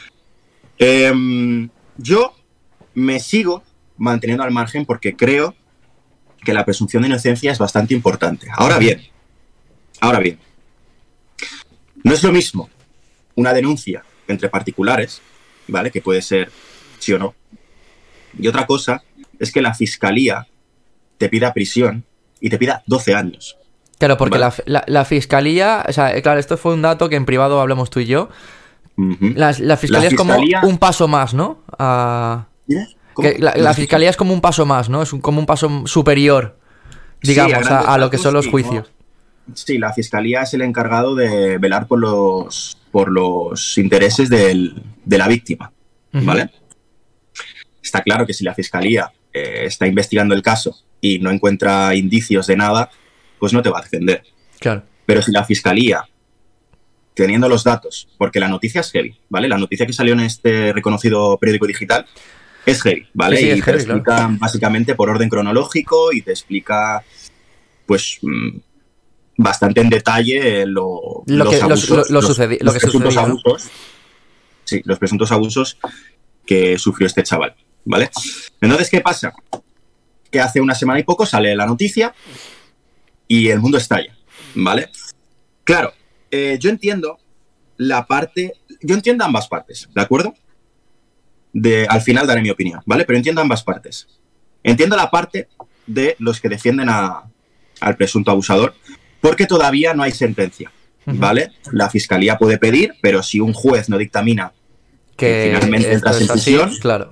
Eh, yo me sigo manteniendo al margen porque creo que la presunción de inocencia es bastante importante. Ahora bien, ahora bien, no es lo mismo una denuncia entre particulares, ¿vale? Que puede ser sí o no. Y otra cosa es que la fiscalía te pida prisión y te pida doce años. Claro, porque ¿vale? la, la, la fiscalía, o sea, claro, esto fue un dato que en privado hablamos tú y yo. Uh-huh. La, la, fiscalía la es como fiscalía... un paso más, ¿no? A... ¿Cómo? Que la, la fiscalía es como un paso más, ¿no? Es un, como un paso superior, digamos, sí, a, a, a lo que son los sí, juicios. ¿no? Sí, la fiscalía es el encargado de velar por los, por los intereses del, de la víctima, ¿vale? Uh-huh. Está claro que si la fiscalía eh, está investigando el caso y no encuentra indicios de nada, pues no te va a defender. Claro. Pero si la fiscalía, teniendo los datos, porque la noticia es heavy, ¿vale? La noticia que salió en este reconocido periódico digital es heavy, ¿vale? Sí, sí, y es te heavy, explica claro. básicamente por orden cronológico y te explica, pues, bastante en detalle lo, lo los que, abusos, lo, lo, lo, los, sucedi- los lo que presuntos sucedió, abusos, ¿no? Sí, los presuntos abusos que sufrió este chaval, ¿vale? Entonces, ¿qué pasa? Que hace una semana y poco sale la noticia y el mundo estalla, ¿vale? Claro, eh, yo entiendo la parte... Yo entiendo ambas partes, ¿de acuerdo? De, al final daré mi opinión, ¿vale? Pero entiendo ambas partes. Entiendo la parte de los que defienden a, al presunto abusador porque todavía no hay sentencia, ¿vale? Uh-huh. La fiscalía puede pedir, pero si un juez no dictamina que, que finalmente entras en prisión, claro,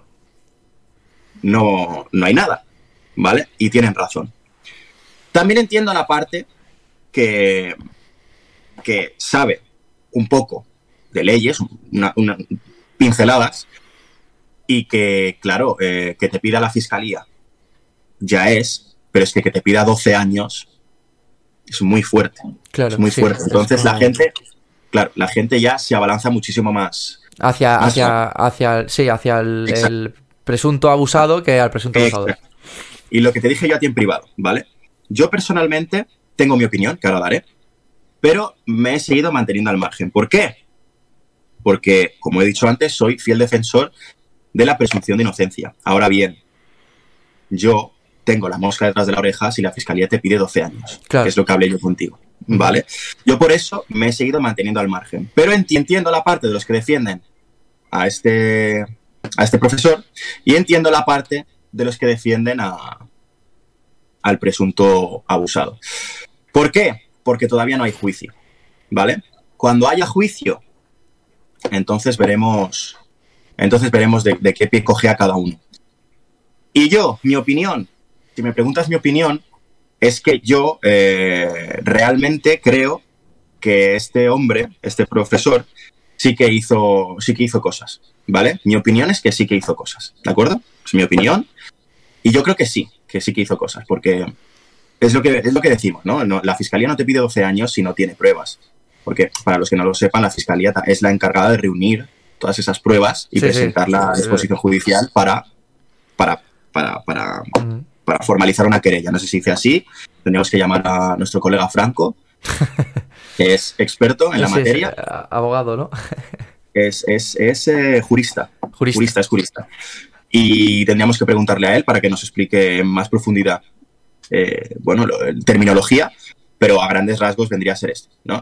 no, no hay nada, ¿vale? Y tienen razón. También entiendo la parte que, que sabe un poco de leyes, una, una, pinceladas, y que, claro, eh, que te pida la fiscalía ya es, pero es que que te pida doce años es muy fuerte. Claro, es muy sí, fuerte. Entonces como... la gente, claro, la gente ya se abalanza muchísimo más. Hacia, más hacia, hacia, sí, hacia el, el presunto abusado que al presunto Exacto. abusador. Y lo que te dije yo a ti en privado, ¿vale? Yo personalmente tengo mi opinión, que ahora daré, pero me he seguido manteniendo al margen. ¿Por qué? Porque, como he dicho antes, soy fiel defensor de la presunción de inocencia. Ahora bien, yo tengo la mosca detrás de la oreja si la fiscalía te pide doce años, claro. Que es lo que hablé yo contigo, ¿vale? Yo por eso me he seguido manteniendo al margen. Pero entiendo la parte de los que defienden a este, a este profesor y entiendo la parte de los que defienden a, al presunto abusado. ¿Por qué? Porque todavía no hay juicio, ¿vale? Cuando haya juicio, entonces veremos, entonces veremos de, de qué pie coge a cada uno. Y yo, mi opinión, si me preguntas mi opinión, es que yo eh, realmente creo que este hombre, este profesor, sí que hizo, sí que hizo cosas, ¿vale? Mi opinión es que sí que hizo cosas, ¿de acuerdo? Es mi opinión. Y yo creo que sí, que sí que hizo cosas, porque es lo que, es lo que decimos, ¿no? No, la fiscalía no te pide doce años si no tiene pruebas. Porque, para los que no lo sepan, la fiscalía es la encargada de reunir todas esas pruebas y sí, presentarla sí, a disposición sí. judicial para, para, para, para, uh-huh. para formalizar una querella. No sé si dice así, tendríamos que llamar a nuestro colega Franco, que es experto en la sí, materia. Sí, abogado, ¿no? es es, es eh, jurista. jurista. Jurista, es jurista. Y tendríamos que preguntarle a él para que nos explique en más profundidad, eh, bueno, lo, terminología, pero a grandes rasgos vendría a ser esto, ¿no?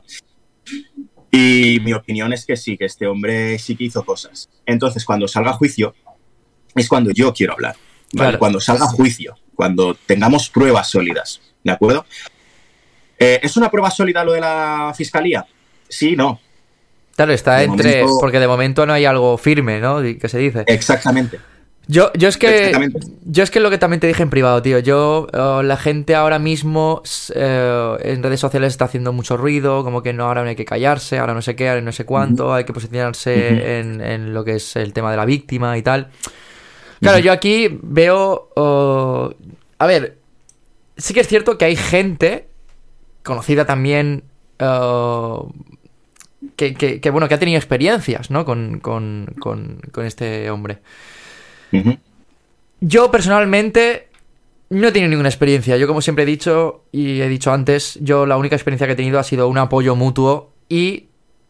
Y mi opinión es que sí, que este hombre sí que hizo cosas. Entonces, cuando salga a juicio, es cuando yo quiero hablar, ¿vale? Claro. Cuando salga a juicio, cuando tengamos pruebas sólidas, ¿de acuerdo? Eh, ¿Es una prueba sólida lo de la fiscalía? Sí, no. Claro, está de entre... Momento... Porque de momento no hay algo firme, ¿no? Que se dice. Exactamente. Yo, yo es que yo es que lo que también te dije en privado, tío. Yo, uh, la gente ahora mismo uh, en redes sociales está haciendo mucho ruido, como que no, ahora no hay que callarse, ahora no sé qué, ahora no sé cuánto, uh-huh. hay que posicionarse uh-huh. en, en lo que es el tema de la víctima y tal. Claro, uh-huh. yo aquí veo... Uh, a ver, sí que es cierto que hay gente conocida también... Uh, que, que, que, bueno, que ha tenido experiencias, ¿no? Con, con, con, con este hombre. Uh-huh. Yo personalmente no he tenido ninguna experiencia. Yo, como siempre he dicho y he dicho antes, yo la única experiencia que he tenido ha sido un apoyo mutuo y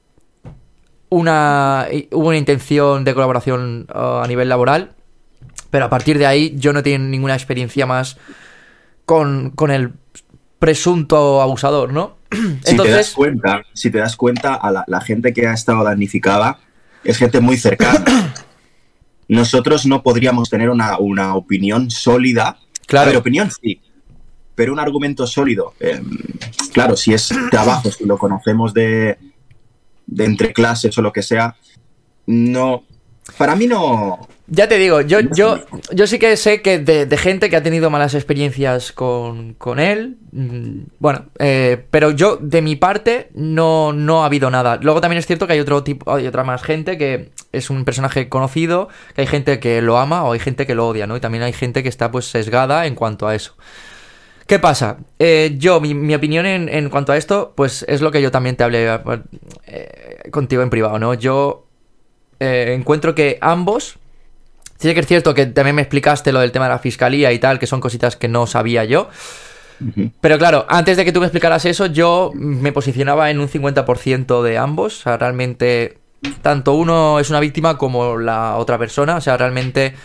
una y hubo una intención de colaboración uh, a nivel laboral, pero a partir de ahí yo no he tenido ninguna experiencia más con, con el presunto abusador, ¿no? Si Entonces, te das cuenta, si te das cuenta, a la, la gente que ha estado damnificada es gente muy cercana. nosotros no podríamos tener una, una opinión sólida. Claro. A ver, opinión sí, pero un argumento sólido. Eh, claro, si es trabajo, si lo conocemos de, de entre clases o lo que sea, no... Para mí no... Ya te digo, yo, yo, yo sí que sé que de, de gente que ha tenido malas experiencias con, con él, mmm, bueno, eh, pero yo de mi parte no, no ha habido nada. Luego también es cierto que hay otro tipo, hay otra más gente que es un personaje conocido, que hay gente que lo ama o hay gente que lo odia, ¿no? Y también hay gente que está pues sesgada en cuanto a eso. ¿Qué pasa? Eh, yo, mi, mi opinión en, en cuanto a esto, pues es lo que yo también te hablé eh, contigo en privado, ¿no? Yo eh, encuentro que ambos... Sí que es cierto que también me explicaste lo del tema de la fiscalía y tal, que son cositas que no sabía yo. Uh-huh. Pero claro, antes de que tú me explicaras eso, yo me posicionaba en un cincuenta por ciento de ambos. O sea, realmente, tanto uno es una víctima como la otra persona. O sea, realmente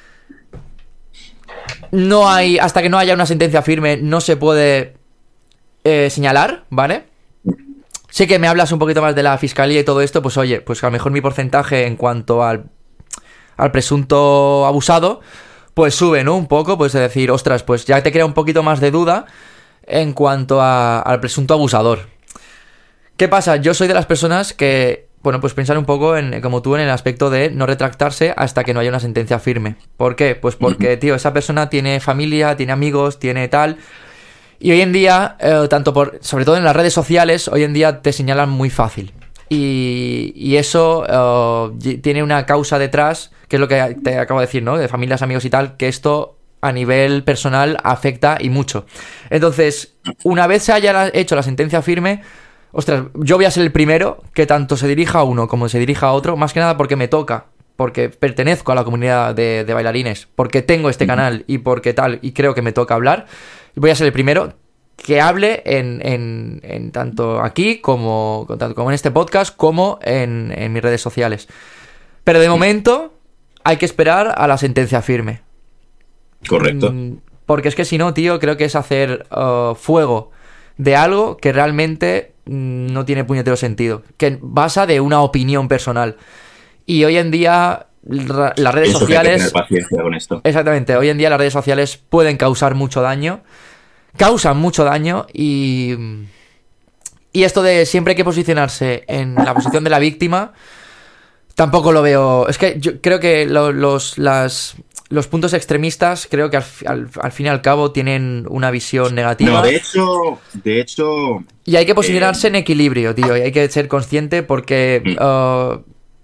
no hay, hasta que no haya una sentencia firme, no se puede eh, señalar, ¿vale? Sé que me hablas un poquito más de la fiscalía y todo esto, pues oye, pues a lo mejor mi porcentaje en cuanto al al presunto abusado, pues sube, ¿no? Un poco, pues de decir, ostras, pues ya te crea un poquito más de duda en cuanto a, al presunto abusador. ¿Qué pasa? Yo soy de las personas que, bueno, pues pensar un poco en, como tú, en el aspecto de no retractarse hasta que no haya una sentencia firme. ¿Por qué? Pues porque, tío, esa persona tiene familia, tiene amigos, tiene tal... Y hoy en día, eh, tanto por, sobre todo en las redes sociales, hoy en día te señalan muy fácil. Y, y eso uh, tiene una causa detrás, que es lo que te acabo de decir, ¿no? De familias, amigos y tal, que esto a nivel personal afecta y mucho. Entonces, una vez se haya hecho la sentencia firme, ostras, yo voy a ser el primero que tanto se dirija a uno como se dirija a otro, más que nada porque me toca, porque pertenezco a la comunidad de, de bailarines, porque tengo este canal y porque tal, y creo que me toca hablar, voy a ser el primero que hable en, en, en tanto aquí como, tanto como en este podcast como en, en mis redes sociales. Pero de momento hay que esperar a la sentencia firme. Correcto. Porque es que si no, tío, creo que es hacer uh, fuego de algo que realmente mm, no tiene puñetero sentido, que basa de una opinión personal. Y hoy en día ra- las redes Eso sociales... hay que tener paciencia con esto. Exactamente, hoy en día las redes sociales pueden causar mucho daño. Causan mucho daño y... Y esto de siempre hay que posicionarse en la posición de la víctima, tampoco lo veo... Es que yo creo que lo, los, las, los puntos extremistas creo que al, al, al fin y al cabo tienen una visión negativa. No, de hecho... De hecho... Y hay que posicionarse eh... en equilibrio, tío. Y hay que ser consciente porque... Mm. Uh,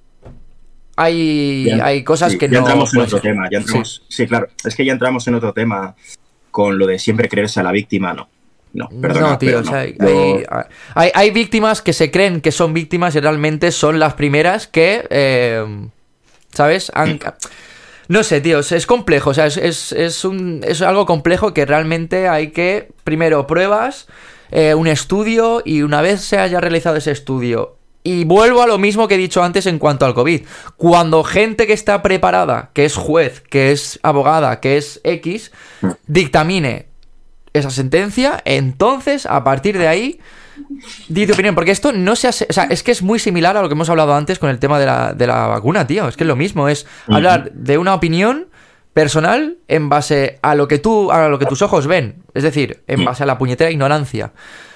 hay, ya, hay cosas sí, que ya no... entramos en otro ser. tema. Ya entramos, sí. sí, claro. Es que ya entramos en otro tema... Con lo de siempre creerse a la víctima, no. No, perdona, no, tío, pero o sea, no. hay, Yo... hay, hay, hay víctimas que se creen que son víctimas y realmente son las primeras que, eh, ¿sabes? Han... No sé, tío, es, es complejo, o sea, es, es, es, un, es algo complejo que realmente hay que, primero, pruebas, eh, un estudio y una vez se haya realizado ese estudio... Y vuelvo a lo mismo que he dicho antes en cuanto al COVID. Cuando gente que está preparada, que es juez, que es abogada, que es X, dictamine esa sentencia, entonces, a partir de ahí, di tu opinión. Porque esto no se hace... O sea, es que es muy similar a lo que hemos hablado antes con el tema de la, de la vacuna, tío. Es que es lo mismo, es uh-huh. hablar de una opinión personal en base a lo que tú, a lo que tus ojos ven. Es decir, en base a la puñetera ignorancia.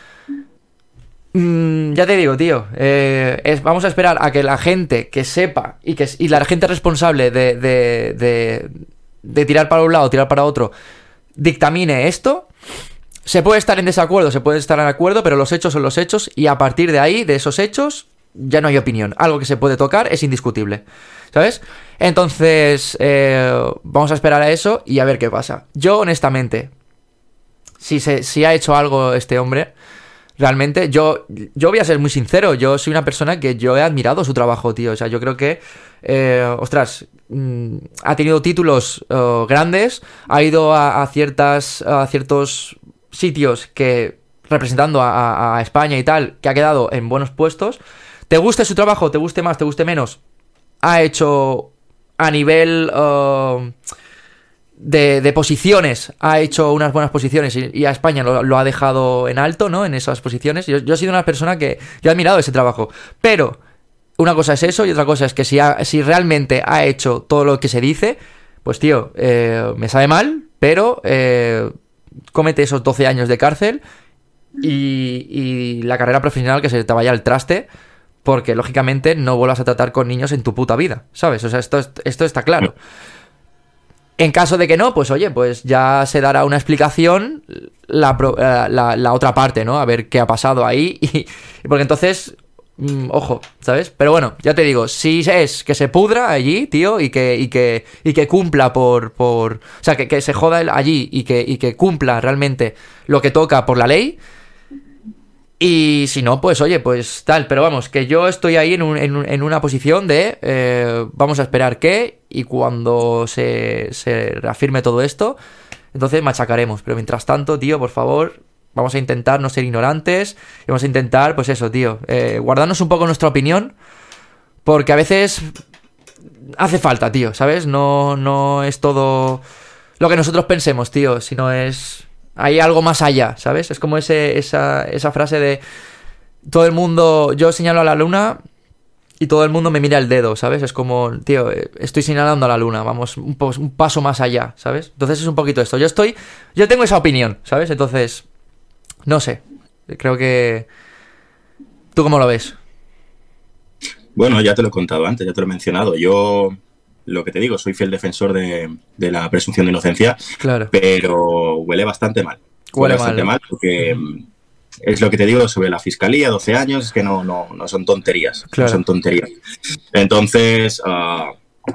Mm, ya te digo, tío, eh, es, vamos a esperar a que la gente que sepa y que y la gente responsable de, de, de, de tirar para un lado, tirar para otro, dictamine esto. Se puede estar en desacuerdo, se puede estar en acuerdo, pero los hechos son los hechos y a partir de ahí, de esos hechos, ya no hay opinión. Algo que se puede tocar es indiscutible, ¿sabes? Entonces, eh, vamos a esperar a eso y a ver qué pasa. Yo, honestamente, si, se, si ha hecho algo este hombre... Realmente, yo, yo voy a ser muy sincero, yo soy una persona que yo he admirado su trabajo, tío. O sea, yo creo que, eh, ostras, mmm, ha tenido títulos uh, grandes, ha ido a, a, ciertas, a ciertos sitios que representando a, a España y tal, que ha quedado en buenos puestos. ¿Te guste su trabajo? ¿Te guste más? ¿Te guste menos? Ha hecho a nivel... Uh, De, de posiciones, ha hecho unas buenas posiciones y, y a España lo, lo ha dejado en alto, ¿no? En esas posiciones. Yo, yo he sido una persona que yo he admirado ese trabajo. Pero una cosa es eso y otra cosa es que si, ha, si realmente ha hecho todo lo que se dice, pues tío, eh, me sabe mal, pero eh, cómete esos doce años de cárcel y, y la carrera profesional que se te vaya al traste, porque lógicamente no vuelvas a tratar con niños en tu puta vida, ¿sabes? O sea, esto, esto está claro. En caso de que no, pues oye, pues ya se dará una explicación la, la, la otra parte, ¿no? A ver qué ha pasado ahí y, porque entonces... Mm, ojo, ¿sabes? Pero bueno, ya te digo, si es que se pudra allí, tío, y que, y que, y que cumpla por, por... O sea, que, que se joda allí y que, y que cumpla realmente lo que toca por la ley. Y si no, pues oye, pues tal. Pero vamos, que yo estoy ahí en, un, en, un, en una posición de... Eh, vamos a esperar qué, y cuando se, se reafirme todo esto, entonces machacaremos. Pero mientras tanto, tío, por favor... Vamos a intentar no ser ignorantes. Y vamos a intentar, pues eso, tío, eh, guardarnos un poco nuestra opinión. Porque a veces hace falta, tío, ¿sabes? No, no es todo lo que nosotros pensemos, tío. Sino es... Hay algo más allá, ¿sabes? Es como ese, esa, esa frase de... Todo el mundo... Yo señalo a la luna y todo el mundo me mira el dedo, ¿sabes? Es como, tío, estoy señalando a la luna. Vamos un, po- un paso más allá, ¿sabes? Entonces es un poquito esto. Yo estoy... Yo tengo esa opinión, ¿sabes? Entonces... No sé, creo que... ¿Tú cómo lo ves? Bueno, ya te lo he contado antes, ya te lo he mencionado. Yo, lo que te digo, soy fiel defensor de, de la presunción de inocencia, claro. Pero huele bastante mal. Huele, huele bastante mal, mal porque uh-huh. Es lo que te digo sobre la fiscalía, doce años, es que no, no, no son tonterías. Claro. No son tonterías. Entonces, uh,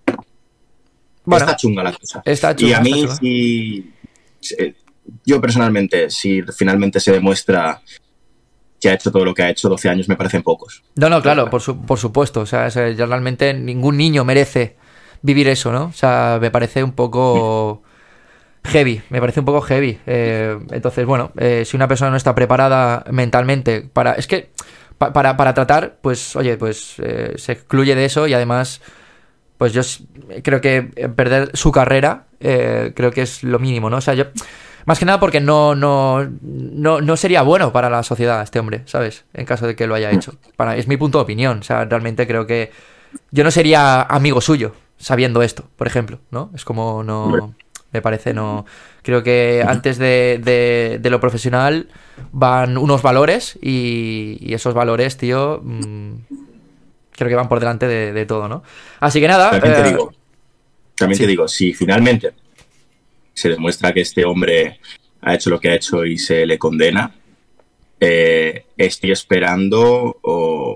bueno, está chunga la cosa. Está chunga, y a mí, está si... si Yo personalmente, si finalmente se demuestra que ha hecho todo lo que ha hecho, doce años me parecen pocos. No, no, claro, por, su, por supuesto. O sea, es, realmente ningún niño merece vivir eso, ¿no? O sea, me parece un poco heavy, me parece un poco heavy. Eh, entonces, bueno, eh, si una persona no está preparada mentalmente para... Es que pa, para, para tratar, pues, oye, pues eh, se excluye de eso y además... Pues yo creo que perder su carrera eh, creo que es lo mínimo, ¿no? O sea, yo... Más que nada porque no, no, no, no sería bueno para la sociedad este hombre, ¿sabes? En caso de que lo haya hecho. Para, es mi punto de opinión. O sea, realmente creo que yo no sería amigo suyo sabiendo esto, por ejemplo, ¿no? Es como no... Me parece no... Creo que antes de, de, de lo profesional van unos valores y, y esos valores, tío... Mmm, creo que van por delante de, de todo, ¿no? Así que nada... También te eh, digo, también sí. te digo, si finalmente se demuestra que este hombre ha hecho lo que ha hecho y se le condena, eh, estoy esperando o,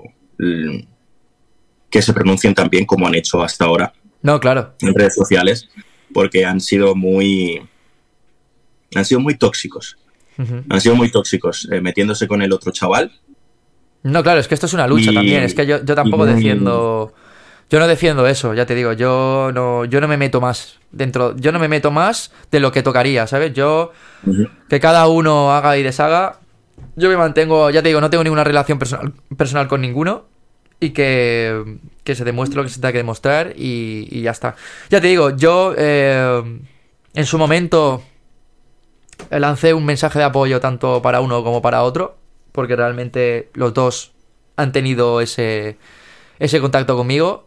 que se pronuncien también como han hecho hasta ahora. No, claro. En redes sociales, porque han sido muy... Han sido muy tóxicos. Uh-huh. Han sido muy tóxicos, eh, metiéndose con el otro chaval. No, claro, es que esto es una lucha y, también. Es que yo, yo tampoco y, defiendo... Yo no defiendo eso, ya te digo. Yo no, yo no me meto más dentro... Yo no me meto más de lo que tocaría, ¿sabes? Yo... Uh-huh. Que cada uno haga y deshaga. Yo me mantengo... Ya te digo, no tengo ninguna relación personal, personal con ninguno. Y que... Que se demuestre lo que se tenga que demostrar y, y ya está. Ya te digo, yo... Eh, en su momento... Lancé un mensaje de apoyo tanto para uno como para otro. Porque realmente los dos han tenido ese, ese contacto conmigo.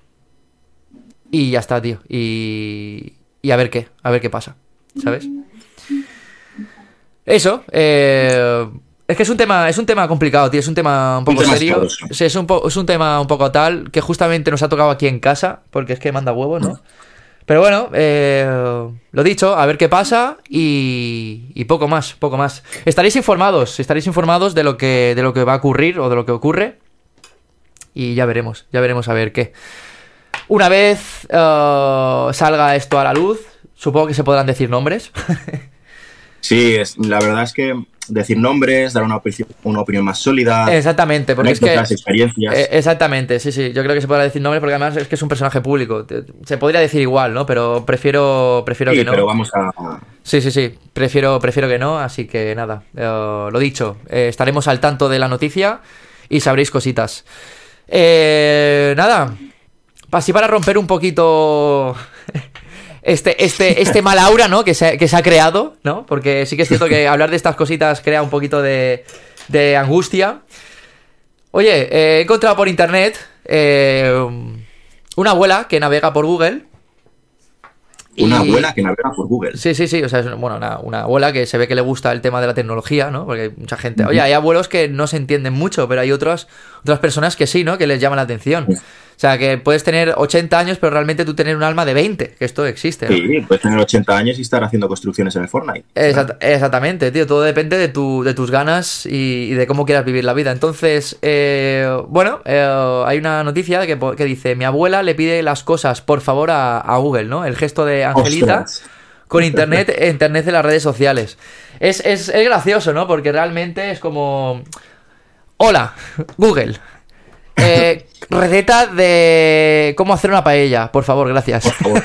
Y ya está, tío. Y, y a ver qué, a ver qué pasa, ¿sabes? Eso, eh, es que es un tema, es un tema complicado, tío. Es un tema un poco un serio. Sí, es, un po- es un tema un poco tal que justamente nos ha tocado aquí en casa. Porque es que manda huevos, ¿no? Pero bueno, eh, lo dicho, a ver qué pasa y, y poco más, poco más. Estaréis informados, estaréis informados de lo que de lo que va a ocurrir o de lo que ocurre y ya veremos, ya veremos a ver qué. Una vez uh, salga esto a la luz, supongo que se podrán decir nombres. Sí, es, la verdad es que decir nombres, dar una, opi- una opinión más sólida. Exactamente, porque es que... experiencias. Eh, exactamente, sí, sí. Yo creo que se podrá decir nombres porque además es que es un personaje público. Se podría decir igual, ¿no? Pero prefiero, prefiero sí, que no. pero vamos a... Sí, sí, sí. Prefiero, prefiero que no, así que nada. Eh, lo dicho, eh, estaremos al tanto de la noticia y sabréis cositas. Eh, nada. Así para romper un poquito... Este, este, este mal aura, ¿no? Que se, que se ha creado, ¿no? Porque sí que es cierto que hablar de estas cositas crea un poquito de, de angustia. Oye, eh, he encontrado por internet eh, una abuela que navega por Google. Una y... abuela que navega por Google. Sí, sí, sí. O sea, es bueno, una, una abuela que se ve que le gusta el tema de la tecnología, ¿no? Porque hay mucha gente. Oye, hay abuelos que no se entienden mucho, pero hay otras otras personas que sí, ¿no? Que les llama la atención. Sí. O sea, que puedes tener ochenta años, pero realmente tú tener un alma de veinte, que esto existe, ¿no? Sí, puedes tener ochenta años y estar haciendo construcciones en el Fortnite. Exact- exactamente, tío. Todo depende de, tu, de tus ganas y, y de cómo quieras vivir la vida. Entonces, eh, bueno, eh, hay una noticia que, que dice: mi abuela le pide las cosas, por favor, a, a Google, ¿no? El gesto de Angelita Ostras. Con internet, internet de las redes sociales. Es, es, es gracioso, ¿no? Porque realmente es como... Hola, Google. Eh, receta de cómo hacer una paella, por favor, gracias. Por favor.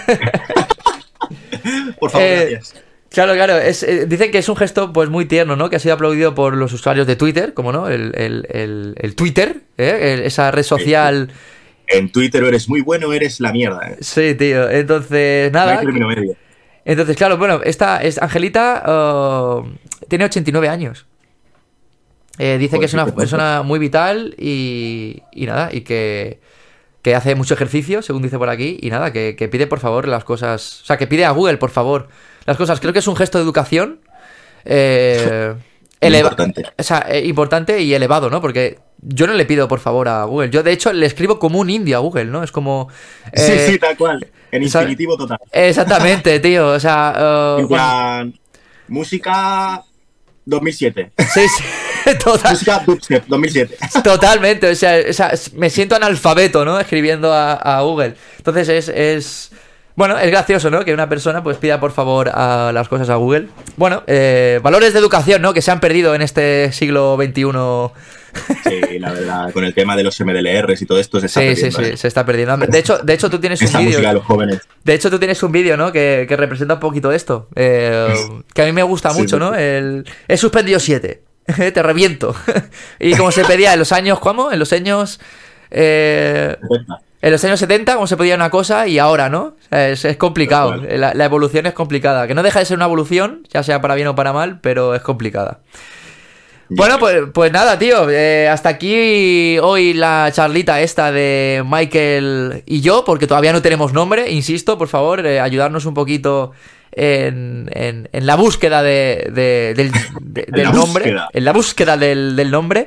Por favor, eh, gracias. Claro, claro. Es, eh, dicen que es un gesto pues muy tierno, ¿no? Que ha sido aplaudido por los usuarios de Twitter, como no, el, el, el, el Twitter, ¿eh? el, esa red social. En Twitter eres muy bueno, eres la mierda. ¿eh? Sí, tío. Entonces, nada. No hay término medio. Entonces, claro, bueno, esta es Angelita uh, tiene ochenta y nueve años. Eh, dice pues que es una persona muy vital y, y nada, y que, que hace mucho ejercicio, según dice por aquí, y nada, que, que pide por favor las cosas, o sea, que pide a Google, por favor, las cosas. Creo que es un gesto de educación eh, eleva- importante. O sea, eh, importante y elevado, ¿no? Porque yo no le pido por favor a Google, yo de hecho le escribo como un indio a Google, ¿no? Es como... Eh, sí, sí, tal cual, en infinitivo total. Exactamente, tío, o sea... Uh, en plan, música dos mil siete. Sí, sí. Total. Música dubstep, dos mil siete. Totalmente, o sea, o sea, me siento analfabeto, ¿no? Escribiendo a, a Google. Entonces es, es... Bueno, es gracioso, ¿no? Que una persona pues pida por favor a las cosas a Google. Bueno, eh, valores de educación, ¿no? Que se han perdido en este siglo veintiuno. Sí, la verdad, con el tema de los M D L Rs y todo esto se está sí, perdiendo. Sí, sí, ¿eh? sí, se está perdiendo. De hecho, de hecho tú tienes Esta un vídeo. música de los jóvenes. De hecho, tú tienes un vídeo, ¿no? Que, que representa un poquito esto. Eh, que a mí me gusta mucho, sí, ¿no? El... He suspendido siete. Te reviento. Y como se pedía en los años, ¿cómo? En los años... Eh, en los años setenta, como se pedía una cosa, y ahora, ¿no? O sea, es, es complicado. La, la evolución es complicada. Que no deja de ser una evolución, ya sea para bien o para mal, pero es complicada. Bueno, pues, pues nada, tío. Eh, hasta aquí hoy la charlita esta de Michael y yo, porque todavía no tenemos nombre. Insisto, por favor, eh, ayudarnos un poquito en, en, en la búsqueda de, de, del, de, del nombre. Búsqueda. En la búsqueda del, del nombre.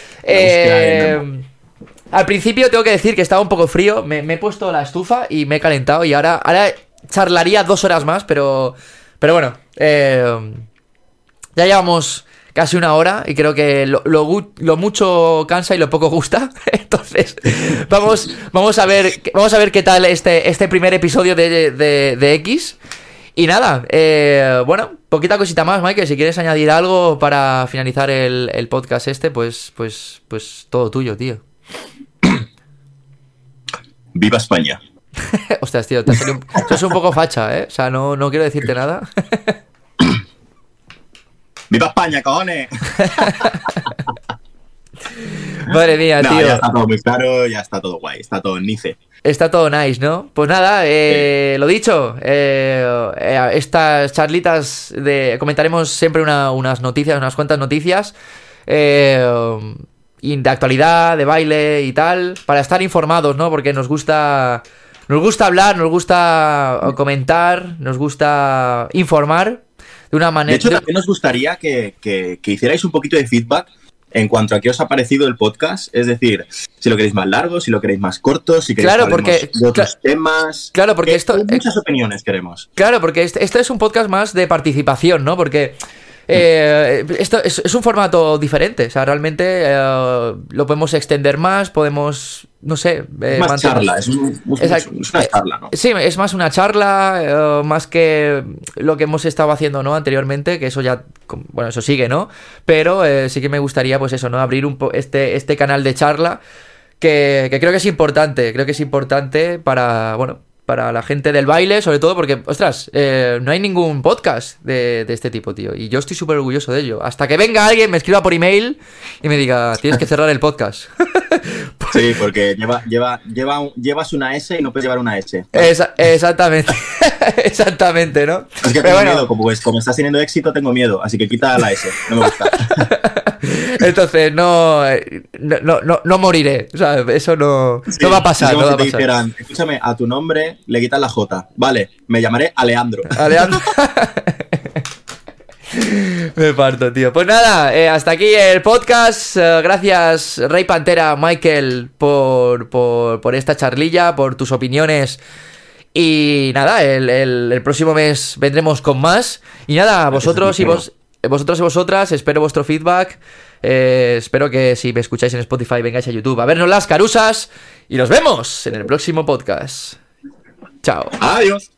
Eh, del al principio tengo que decir que estaba un poco frío. Me, me he puesto la estufa y me he calentado. Y ahora, ahora charlaría dos horas más, pero, pero bueno. Eh, ya llevamos... casi una hora y creo que lo, lo, lo mucho cansa y lo poco gusta. Entonces, vamos, vamos a ver, vamos a ver qué tal este, este primer episodio de, de, de X. Y nada, eh, bueno, poquita cosita más, Michael. Si quieres añadir algo para finalizar el, el podcast este, pues, pues, pues todo tuyo, tío. ¡Viva España! Ostras, tío, te has salido un, sos un poco facha, ¿eh? O sea, no, no quiero decirte nada. ¡Viva España, cojones! Madre mía, no, tío. Ya está todo muy claro, ya está todo guay, está todo nice. Está todo nice, ¿no? Pues nada, eh, sí. Lo dicho, eh, eh, estas charlitas de comentaremos siempre una, unas noticias, unas cuantas noticias eh, de actualidad, de baile y tal, para estar informados, ¿no? Porque nos gusta, nos gusta hablar, nos gusta comentar, nos gusta informar. De una manera... De hecho, también nos gustaría que, que, que hicierais un poquito de feedback en cuanto a qué os ha parecido el podcast. Es decir, si lo queréis más largo, si lo queréis más corto, si queréis claro, porque, de otros cl- temas. Claro, porque esto... Muchas opiniones queremos. Claro, porque este, este es un podcast más de participación, ¿no? Porque... Eh, esto es, es un formato diferente. O sea, realmente eh, lo podemos extender más, podemos... No sé... Eh, más charla, es, un, es, es una charla, ¿no? Sí, es más una charla, eh, más que lo que hemos estado haciendo, ¿no? Anteriormente, que eso ya... Bueno, eso sigue, ¿no? Pero eh, sí que me gustaría, pues eso, ¿no? Abrir un po- este, este canal de charla que, que creo que es importante. Creo que es importante para, bueno... para la gente del baile, sobre todo porque, ostras, eh, no hay ningún podcast de, de este tipo, tío. Y yo estoy súper orgulloso de ello. Hasta que venga alguien, me escriba por email y me diga, tienes que cerrar el podcast. Sí, porque lleva, lleva, lleva, llevas una S y no puedes llevar una S. Esa, exactamente. Exactamente, ¿no? Es que tengo Pero bueno, miedo, como, pues, como estás teniendo éxito, tengo miedo. Así que quita la S, no me gusta. Entonces no, no, no, no moriré. O sea, eso no, Sí, no va a pasar. es como No va si a te pasar. dijeran, escúchame, a tu nombre le quitas la J. Vale, me llamaré Alejandro. Alejandro. Me parto, tío. Pues nada, eh, hasta aquí el podcast. Eh, gracias, Rey Pantera, Michael, por, por, por esta charlilla, por tus opiniones. Y nada, el, el, el próximo mes vendremos con más. Y nada, vosotros y vos, vosotros y vosotras, espero vuestro feedback. Eh, espero que si me escucháis en Spotify vengáis a YouTube a vernos las carusas. Y nos vemos en el próximo podcast. Chao. Adiós.